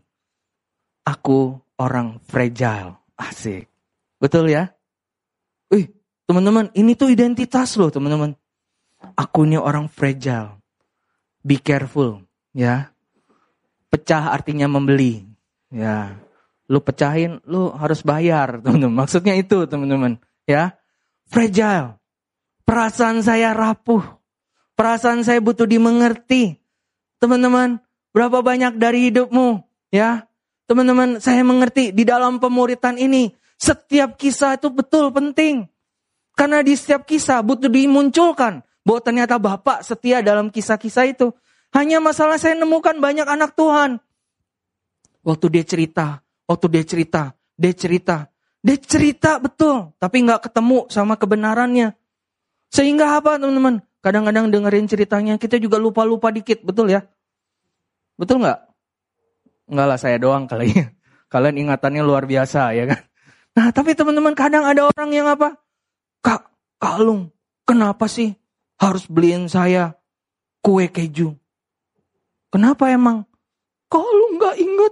Aku orang fragile. Asik. Betul ya? Wih, teman-teman, ini tuh identitas loh, teman-teman. Aku ini orang fragile. Be careful, ya. Pecah artinya membeli. Ya. Lu pecahin, lu harus bayar, teman-teman. Maksudnya itu, teman-teman, ya. Fragile. Perasaan saya rapuh. Perasaan saya butuh dimengerti. Teman-teman, berapa banyak dari hidupmu, ya? Teman-teman, saya mengerti di dalam pemuritan ini, setiap kisah itu betul penting. Karena di setiap kisah butuh dimunculkan bahwa ternyata Bapak setia dalam kisah-kisah itu. Hanya masalah saya nemukan banyak anak Tuhan. Waktu dia cerita, waktu dia cerita, dia cerita. Dia cerita betul, tapi gak ketemu sama kebenarannya. Sehingga apa teman-teman? Kadang-kadang dengerin ceritanya, kita juga lupa-lupa dikit, betul ya? Betul gak? Enggak lah, saya doang kali ya. Kalian ingatannya luar biasa ya kan. Nah tapi teman-teman kadang ada orang yang apa? Kak, Kak Alung, kenapa sih harus beliin saya kue keju? Kenapa emang? Kak Alung gak inget.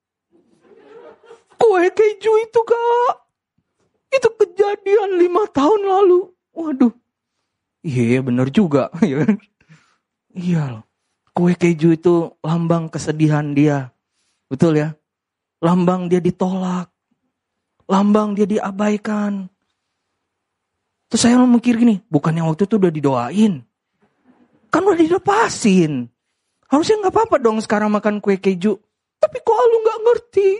Kue keju itu Kak. Itu kejadian lima tahun lalu. Waduh. Iya bener juga. Iya loh. Kue keju itu lambang kesedihan dia. Betul ya? Lambang dia ditolak. Lambang dia diabaikan. Terus saya mikir gini, bukannya waktu itu udah didoain. Kan udah dilepasin. Harusnya gak apa-apa dong sekarang makan kue keju. Tapi kok lu gak ngerti.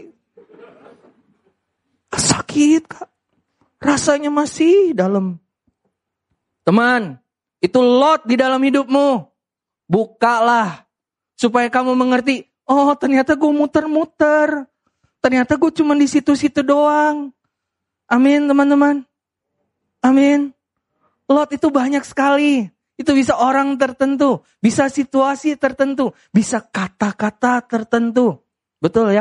Sakit Kak. Rasanya masih dalam. Teman, itu Lot di dalam hidupmu. Bukalah. Supaya kamu mengerti. Oh ternyata gue muter-muter. Ternyata gue cuma di situ-situ doang. Amin teman-teman. Amin. Lot itu banyak sekali. Itu bisa orang tertentu. Bisa situasi tertentu. Bisa kata-kata tertentu. Betul ya?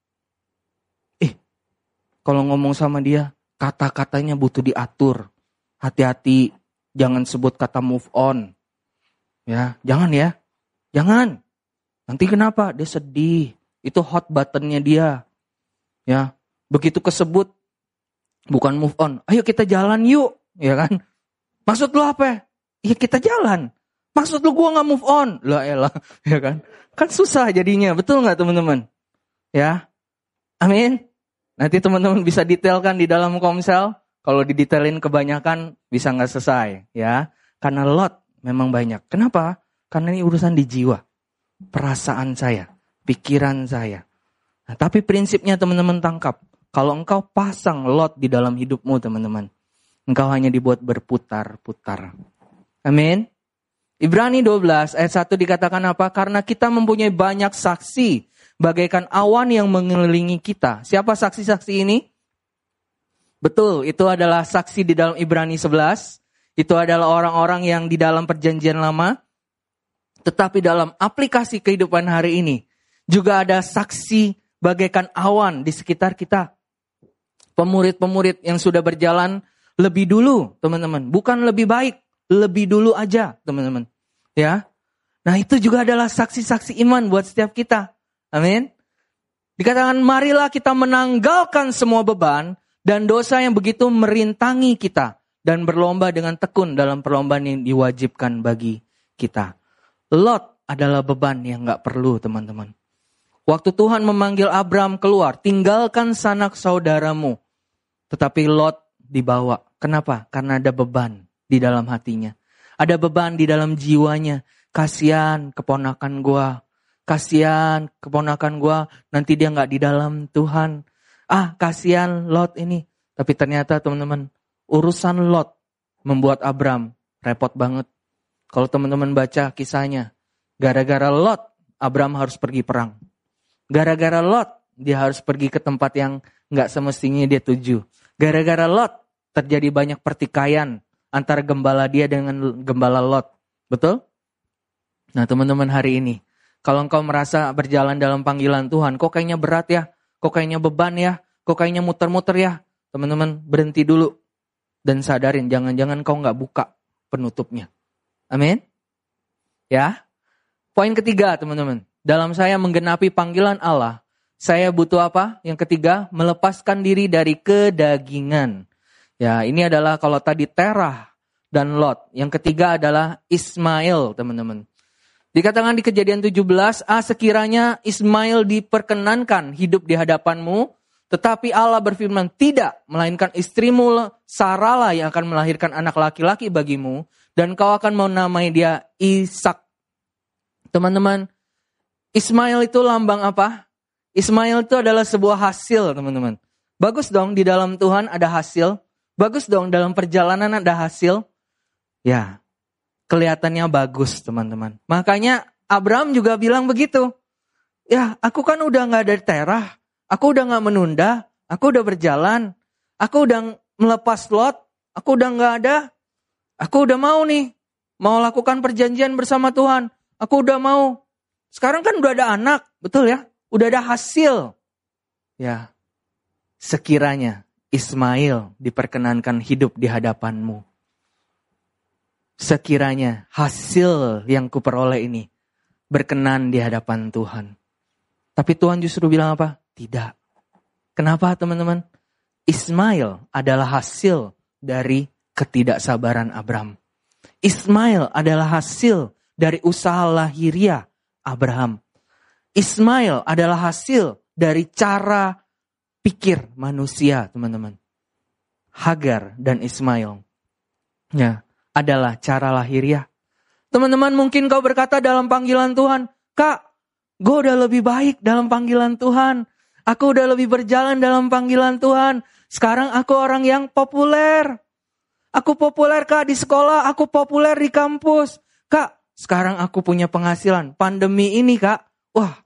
Eh, kalau ngomong sama dia, kata-katanya butuh diatur. Hati-hati. Jangan sebut kata move on. Ya, jangan ya. Jangan. Nanti kenapa? Dia sedih. Itu hot buttonnya dia. Ya, begitu kesebut. Bukan move on. Ayo kita jalan yuk. Ya kan? Maksud lu apa? Ya kita jalan. Maksud lu gua gak move on. Lah elah. Ya kan? Kan susah jadinya. Betul gak teman-teman? Ya. Amin. Nanti teman-teman bisa detailkan di dalam Komsel. Kalau didetailin kebanyakan bisa gak selesai. Ya. Karena lot memang banyak. Kenapa? Karena ini urusan di jiwa. Perasaan saya. Pikiran saya. Nah, tapi prinsipnya teman-teman tangkap. Kalau engkau pasang lot di dalam hidupmu teman-teman. Engkau hanya dibuat berputar-putar. Amin. Ibrani dua belas ayat satu dikatakan apa? Karena kita mempunyai banyak saksi. Bagaikan awan yang mengelilingi kita. Siapa saksi-saksi ini? Betul, itu adalah saksi di dalam Ibrani sebelas. Itu adalah orang-orang yang di dalam perjanjian lama. Tetapi dalam aplikasi kehidupan hari ini. Juga ada saksi bagaikan awan di sekitar kita. Pemurid-pemurid yang sudah berjalan lebih dulu, teman-teman. Bukan lebih baik, lebih dulu aja, teman-teman. Ya. Nah, itu juga adalah saksi-saksi iman buat setiap kita. Amin. Dikatakan, marilah kita menanggalkan semua beban dan dosa yang begitu merintangi kita dan berlomba dengan tekun dalam perlombaan yang diwajibkan bagi kita. Lot adalah beban yang gak perlu, teman-teman. Waktu Tuhan memanggil Abram keluar, tinggalkan sanak saudaramu. Tetapi Lot dibawa. Kenapa? Karena ada beban di dalam hatinya. Ada beban di dalam jiwanya. Kasihan keponakan gua. Kasihan keponakan gua. Nanti dia gak di dalam Tuhan. Ah, kasihan Lot ini. Tapi ternyata teman-teman, urusan Lot membuat Abram repot banget. Kalau teman-teman baca kisahnya, gara-gara Lot, Abram harus pergi perang. Gara-gara Lot, dia harus pergi ke tempat yang gak semestinya dia tuju. Gara-gara Lot, terjadi banyak pertikaian antara gembala dia dengan gembala Lot. Betul? Nah teman-teman hari ini, kalau engkau merasa berjalan dalam panggilan Tuhan, kok kayaknya berat ya? Kok kayaknya beban ya? Kok kayaknya muter-muter ya? Teman-teman berhenti dulu. Dan sadarin, jangan-jangan kau gak buka penutupnya. Amin? Ya. Poin ketiga teman-teman. Dalam saya menggenapi panggilan Allah, saya butuh apa? Yang ketiga, melepaskan diri dari kedagingan. Ya, ini adalah kalau tadi Terah dan Lot. Yang ketiga adalah Ismail, teman-teman. Dikatakan di Kejadian tujuh belas, ah sekiranya Ismail diperkenankan hidup di hadapanmu, tetapi Allah berfirman, tidak, melainkan istrimu Sarah yang akan melahirkan anak laki-laki bagimu, dan kau akan menamai dia Ishak. Teman-teman, Ismail itu lambang apa? Ismail itu adalah sebuah hasil, teman-teman. Bagus dong di dalam Tuhan ada hasil. Bagus dong dalam perjalanan ada hasil. Ya, kelihatannya bagus, teman-teman. Makanya Abraham juga bilang begitu. Ya, aku kan udah gak ada Terah. Aku udah gak menunda. Aku udah berjalan. Aku udah melepas Lot. Aku udah gak ada. Aku udah mau nih. Mau lakukan perjanjian bersama Tuhan. Aku udah mau. Sekarang kan udah ada anak. Betul ya? Udah ada hasil. Ya. Sekiranya Ismail diperkenankan hidup di hadapanmu. Sekiranya hasil yang kuperoleh ini berkenan di hadapan Tuhan. Tapi Tuhan justru bilang apa? Tidak. Kenapa teman-teman? Ismail adalah hasil dari ketidaksabaran Abraham. Ismail adalah hasil dari usaha lahiriah Abraham. Ismail adalah hasil dari cara pikir manusia, teman-teman. Hagar dan Ismail ya, adalah cara lahiriah. Teman-teman, mungkin kau berkata dalam panggilan Tuhan, Kak, gue udah lebih baik dalam panggilan Tuhan. Aku udah lebih berjalan dalam panggilan Tuhan. Sekarang aku orang yang populer. Aku populer Kak di sekolah, aku populer di kampus. Kak, sekarang aku punya penghasilan. Pandemi ini Kak, wah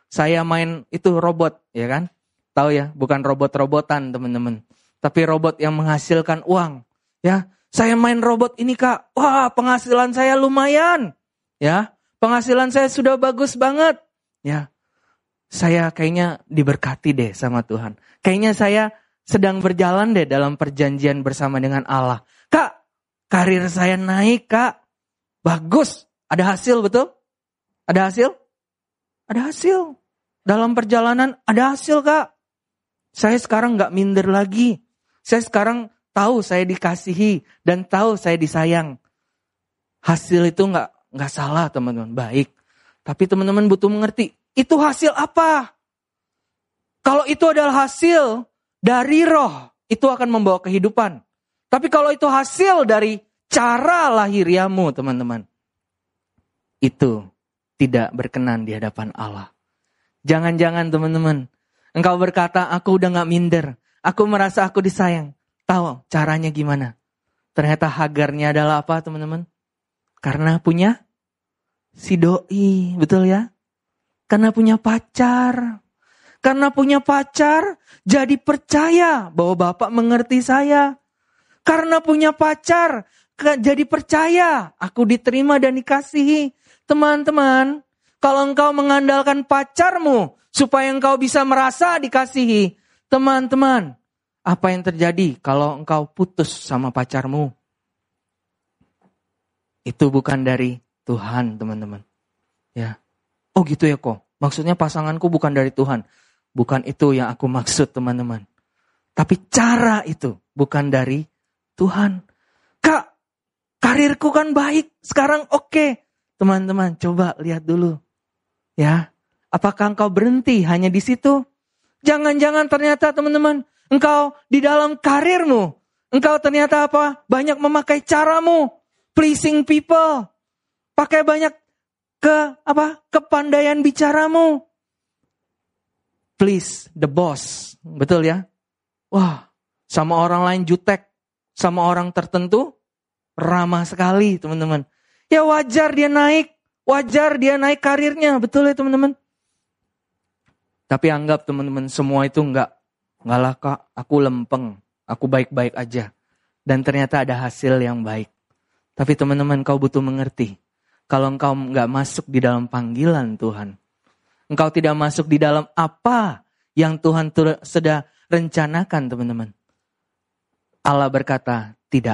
saya main itu robot, ya kan? Tahu ya, bukan robot-robotan teman-teman. Tapi robot yang menghasilkan uang. Ya, saya main robot ini Kak. Wah, penghasilan saya lumayan. Ya, penghasilan saya sudah bagus banget. Ya, saya kayaknya diberkati deh sama Tuhan. Kayaknya saya sedang berjalan deh dalam perjanjian bersama dengan Allah. Kak, karir saya naik Kak. Bagus. Ada hasil betul? Ada hasil? Ada hasil. Dalam perjalanan ada hasil Kak. Saya sekarang gak minder lagi. Saya sekarang tahu saya dikasihi dan tahu saya disayang. Hasil itu gak, gak salah teman-teman, baik. Tapi teman-teman butuh mengerti, itu hasil apa? Kalau itu adalah hasil dari roh, itu akan membawa kehidupan. Tapi kalau itu hasil dari cara lahiriamu teman-teman, itu tidak berkenan di hadapan Allah. Jangan-jangan teman-teman, engkau berkata, aku udah gak minder. Aku merasa aku disayang. Tahu caranya gimana? Ternyata Hagarnya adalah apa teman-teman? Karena punya si doi, betul ya? Karena punya pacar. Karena punya pacar, jadi percaya bahwa Bapak mengerti saya. Karena punya pacar, jadi percaya aku diterima dan dikasihi. Teman-teman, kalau engkau mengandalkan pacarmu supaya engkau bisa merasa dikasihi, teman-teman, apa yang terjadi kalau engkau putus sama pacarmu? Itu bukan dari Tuhan, teman-teman. Ya. Oh gitu ya kok. Maksudnya pasanganku bukan dari Tuhan. Bukan itu yang aku maksud, teman-teman. Tapi cara itu bukan dari Tuhan. Kak, karirku kan baik. Sekarang oke. Okay. Teman-teman, coba lihat dulu. Ya. Apakah engkau berhenti hanya di situ? Jangan-jangan ternyata teman-teman, engkau di dalam karirmu, engkau ternyata apa? Banyak memakai caramu, pleasing people. Pakai banyak ke apa? Kepandaian bicaramu. Please the boss. Betul ya? Wah, sama orang lain jutek, sama orang tertentu ramah sekali, teman-teman. Ya wajar dia naik, wajar dia naik karirnya, betul ya teman-teman? Tapi anggap teman-teman semua itu enggak. Enggak lah Kak, aku lempeng. Aku baik-baik aja. Dan ternyata ada hasil yang baik. Tapi teman-teman kau butuh mengerti. Kalau engkau enggak masuk di dalam panggilan Tuhan. Engkau tidak masuk di dalam apa yang Tuhan sudah rencanakan teman-teman. Allah berkata tidak.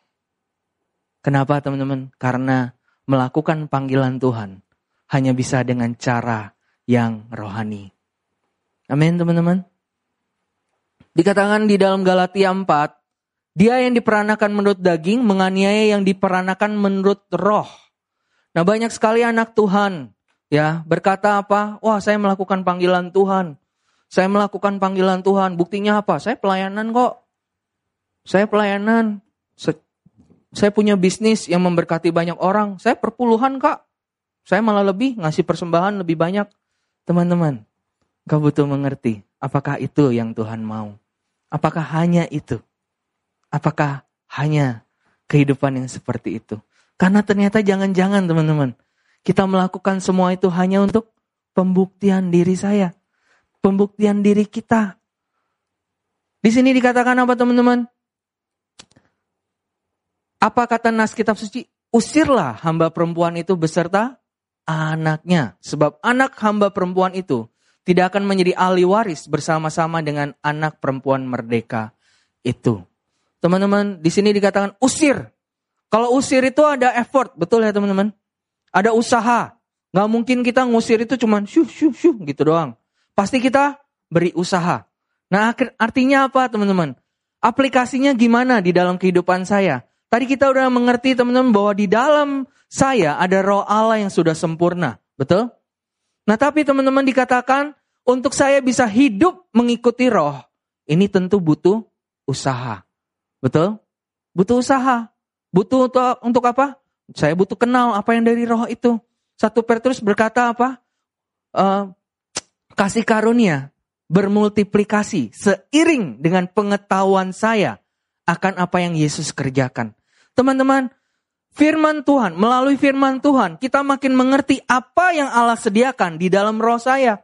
Kenapa teman-teman? Karena melakukan panggilan Tuhan hanya bisa dengan cara yang rohani. Amin teman-teman. Dikatakan di dalam Galatia empat, dia yang diperanakan menurut daging menganiaya yang diperanakan menurut roh. Nah banyak sekali anak Tuhan ya berkata apa? Wah saya melakukan panggilan Tuhan. Saya melakukan panggilan Tuhan. Buktinya apa? Saya pelayanan kok. Saya pelayanan. Saya punya bisnis yang memberkati banyak orang. Saya perpuluhan Kak. Saya malah lebih ngasih persembahan lebih banyak. Teman-teman. Kau butuh mengerti, apakah itu yang Tuhan mau? Apakah hanya itu? Apakah hanya kehidupan yang seperti itu? Karena ternyata jangan-jangan teman-teman, kita melakukan semua itu hanya untuk pembuktian diri saya. Pembuktian diri kita. Di sini dikatakan apa teman-teman? Apa kata nas kitab suci? Usirlah hamba perempuan itu beserta anaknya. Sebab anak hamba perempuan itu tidak akan menjadi ahli waris bersama-sama dengan anak perempuan merdeka itu. Teman-teman, di sini dikatakan usir. Kalau usir itu ada effort, betul ya teman-teman? Ada usaha. Gak mungkin kita ngusir itu cuman syuh, syuh, syuh gitu doang. Pasti kita beri usaha. Nah artinya apa teman-teman? Aplikasinya gimana di dalam kehidupan saya? Tadi kita udah mengerti teman-teman bahwa di dalam saya ada roh Allah yang sudah sempurna. Betul? Nah tapi teman-teman dikatakan untuk saya bisa hidup mengikuti roh. Ini tentu butuh usaha. Betul? Butuh usaha. Butuh untuk, untuk apa? Saya butuh kenal apa yang dari roh itu. Satu Petrus berkata apa? Uh, kasih karunia bermultiplikasi seiring dengan pengetahuan saya akan apa yang Yesus kerjakan. Teman-teman, firman Tuhan, melalui firman Tuhan, kita makin mengerti apa yang Allah sediakan di dalam roh saya.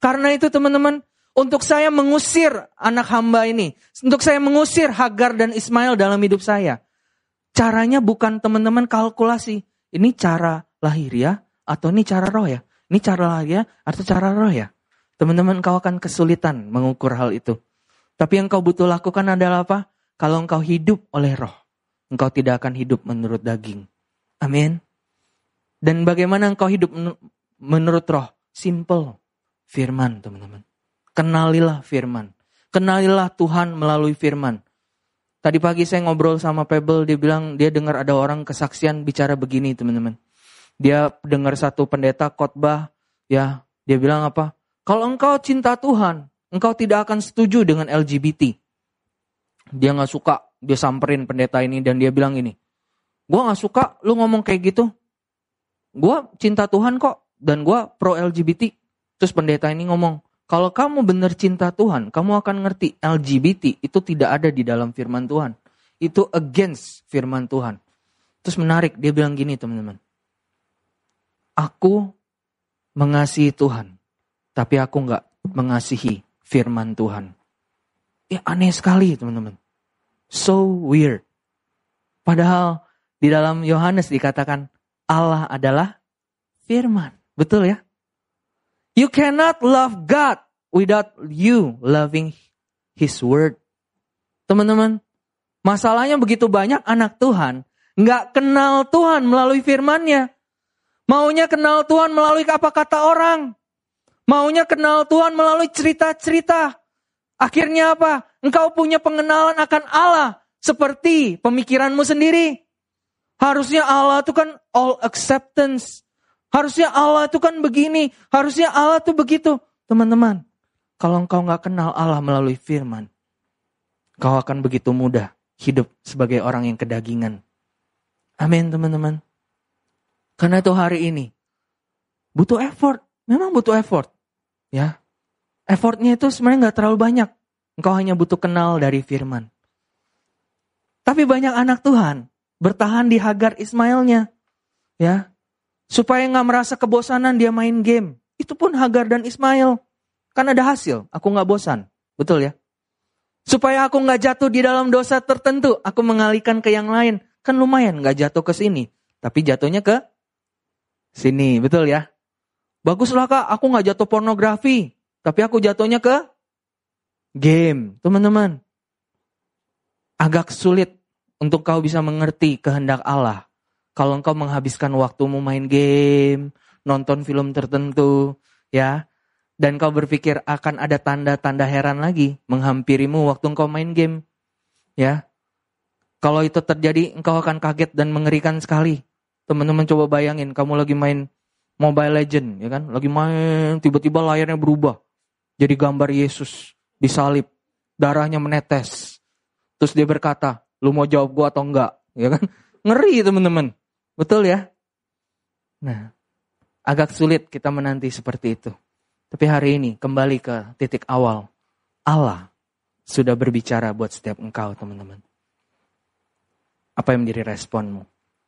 Karena itu teman-teman, untuk saya mengusir anak hamba ini, untuk saya mengusir Hagar dan Ismail dalam hidup saya, caranya bukan teman-teman kalkulasi. Ini cara lahiriah atau ini cara roh ya? Ini cara lahiriah atau cara roh ya? Teman-teman, engkau akan kesulitan mengukur hal itu. Tapi yang kau butuh lakukan adalah apa? Kalau engkau hidup oleh roh, engkau tidak akan hidup menurut daging. Amin. Dan bagaimana engkau hidup menurut roh? Simple. Firman, teman-teman. Kenalilah firman. Kenalilah Tuhan melalui firman. Tadi pagi saya ngobrol sama Pebble, dia bilang dia dengar ada orang kesaksian bicara begini, teman-teman. Dia dengar satu pendeta khotbah, ya, dia bilang apa? Kalau engkau cinta Tuhan, engkau tidak akan setuju dengan L G B T. Dia gak suka, dia samperin pendeta ini dan dia bilang ini, gue gak suka lu ngomong kayak gitu. Gue cinta Tuhan kok, dan gue pro L G B T. Terus pendeta ini ngomong, kalau kamu benar cinta Tuhan, kamu akan ngerti L G B T itu tidak ada di dalam firman Tuhan. Itu against firman Tuhan. Terus menarik, dia bilang gini teman-teman. Aku mengasihi Tuhan, tapi aku gak mengasihi firman Tuhan. Ya aneh sekali teman-teman. So weird. Padahal di dalam Yohanes dikatakan Allah adalah firman. Betul ya? You cannot love God without you loving His word. Teman-teman, masalahnya begitu banyak anak Tuhan gak kenal Tuhan melalui firman-Nya. Maunya kenal Tuhan melalui apa kata orang. Maunya kenal Tuhan melalui cerita-cerita. Akhirnya apa? Engkau punya pengenalan akan Allah seperti pemikiranmu sendiri. Harusnya Allah itu kan all acceptance. Harusnya Allah itu kan begini. Harusnya Allah itu begitu. Teman-teman, kalau engkau gak kenal Allah melalui firman, kau akan begitu mudah hidup sebagai orang yang kedagingan. Amin teman-teman. Karena itu hari ini butuh effort. Memang butuh effort. Ya, effortnya itu sebenarnya gak terlalu banyak. Engkau hanya butuh kenal dari firman. Tapi banyak anak Tuhan bertahan di Hagar Ismailnya. Ya, supaya gak merasa kebosanan dia main game. Itu pun Hagar dan Ismail. Kan ada hasil, aku gak bosan. Betul ya? Supaya aku gak jatuh di dalam dosa tertentu, aku mengalihkan ke yang lain. Kan lumayan gak jatuh ke sini. Tapi jatuhnya ke sini, betul ya? Baguslah kak, aku gak jatuh pornografi. Tapi aku jatuhnya ke game. Teman-teman, agak sulit untuk kau bisa mengerti kehendak Allah. Kalau engkau menghabiskan waktumu main game, nonton film tertentu, ya, dan kau berpikir akan ada tanda-tanda heran lagi menghampirimu waktu engkau main game, ya. Kalau itu terjadi, engkau akan kaget dan mengerikan sekali. Teman-teman coba bayangin, kamu lagi main Mobile Legend, ya kan? Lagi main, tiba-tiba layarnya berubah. Jadi gambar Yesus disalib, darahnya menetes. Terus dia berkata, lu mau jawab gua atau enggak? Ya kan? Ngeri teman-teman. Betul ya? Nah, agak sulit kita menanti seperti itu. Tapi hari ini kembali ke titik awal. Allah sudah berbicara buat setiap engkau teman-teman. Apa yang menjadi responmu?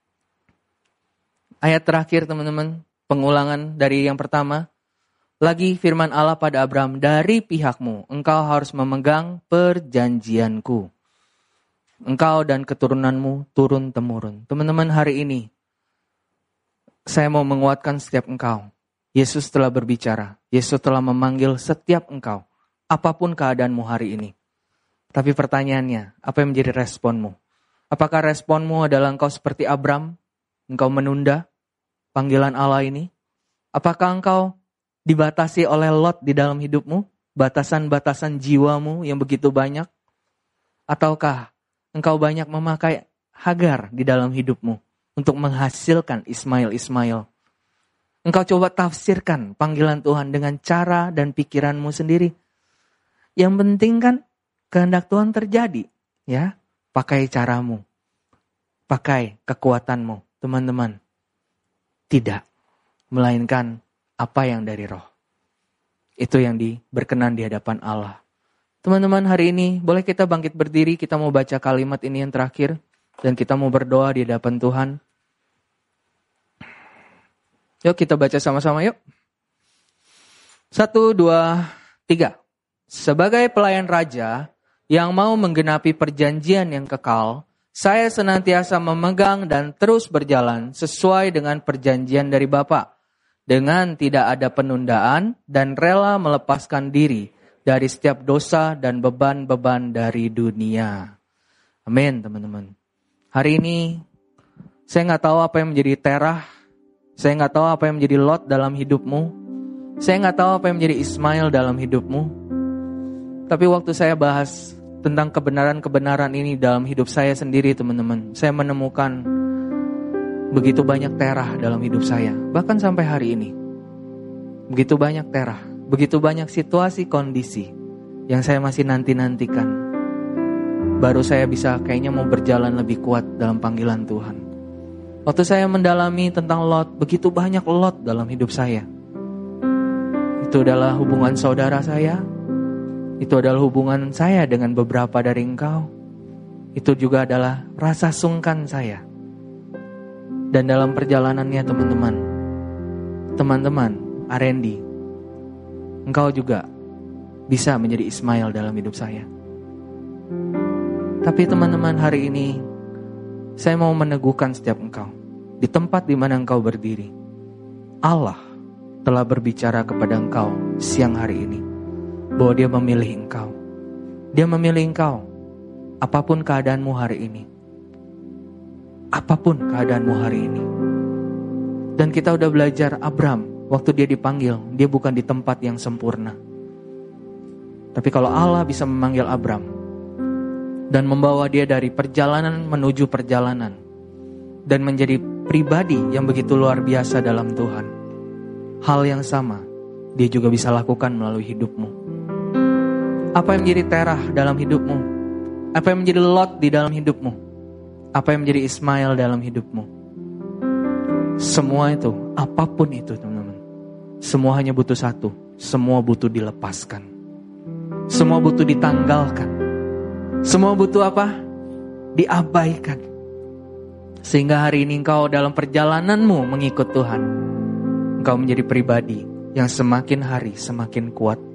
Ayat terakhir teman-teman. Pengulangan dari yang pertama. Lagi firman Allah pada Abraham, dari pihakmu engkau harus memegang perjanjianku. Engkau dan keturunanmu turun-temurun. Teman-teman, hari ini saya mau menguatkan setiap engkau. Yesus telah berbicara. Yesus telah memanggil setiap engkau. Apapun keadaanmu hari ini. Tapi pertanyaannya, apa yang menjadi responmu? Apakah responmu adalah engkau seperti Abraham? Engkau menunda panggilan Allah ini? Apakah engkau dibatasi oleh Lot di dalam hidupmu? Batasan-batasan jiwamu yang begitu banyak? Ataukah engkau banyak memakai Hagar di dalam hidupmu untuk menghasilkan Ismail-Ismail? Engkau coba tafsirkan panggilan Tuhan dengan cara dan pikiranmu sendiri. Yang penting kan kehendak Tuhan terjadi. Ya, pakai caramu. Pakai kekuatanmu, teman-teman. Tidak, melainkan apa yang dari roh. Itu yang di, berkenan di hadapan Allah. Teman-teman, hari ini boleh kita bangkit berdiri, kita mau baca kalimat ini yang terakhir. Dan kita mau berdoa di hadapan Tuhan. Yuk kita baca sama-sama yuk. Satu, dua, tiga. Sebagai pelayan raja yang mau menggenapi perjanjian yang kekal, saya senantiasa memegang dan terus berjalan sesuai dengan perjanjian dari Bapa, dengan tidak ada penundaan dan rela melepaskan diri dari setiap dosa dan beban-beban dari dunia. Amin, teman-teman. Hari ini saya nggak tahu apa yang menjadi Terah, saya nggak tahu apa yang menjadi Lot dalam hidupmu, saya nggak tahu apa yang menjadi Ismail dalam hidupmu. Tapi waktu saya bahas tentang kebenaran-kebenaran ini dalam hidup saya sendiri, teman-teman, saya menemukan begitu banyak Terah dalam hidup saya. Bahkan sampai hari ini, begitu banyak Terah, begitu banyak situasi kondisi yang saya masih nanti-nantikan. Baru saya bisa kayaknya mau berjalan lebih kuat dalam panggilan Tuhan. Waktu saya mendalami tentang Lot, begitu banyak Lot dalam hidup saya. Itu adalah hubungan saudara saya, itu adalah hubungan saya dengan beberapa dari engkau, itu juga adalah rasa sungkan saya. Dan dalam perjalanannya teman-teman, teman-teman R and D, engkau juga bisa menjadi Ismail dalam hidup saya. Tapi teman-teman, hari ini saya mau meneguhkan setiap engkau di tempat di mana engkau berdiri. Allah telah berbicara kepada engkau siang hari ini bahwa Dia memilih engkau. Dia memilih engkau apapun keadaanmu hari ini. Apapun keadaanmu hari ini. Dan kita udah belajar Abram, waktu dia dipanggil, dia bukan di tempat yang sempurna. Tapi kalau Allah bisa memanggil Abram dan membawa dia dari perjalanan menuju perjalanan dan menjadi pribadi yang begitu luar biasa dalam Tuhan, hal yang sama dia juga bisa lakukan melalui hidupmu. Apa yang menjadi Terah dalam hidupmu? Apa yang menjadi Lot di dalam hidupmu? Apa yang menjadi Ismail dalam hidupmu? Semua itu, apapun itu teman-teman, semua hanya butuh satu. Semua butuh dilepaskan. Semua butuh ditanggalkan. Semua butuh apa? Diabaikan. Sehingga hari ini engkau dalam perjalananmu mengikut Tuhan, engkau menjadi pribadi yang semakin hari semakin kuat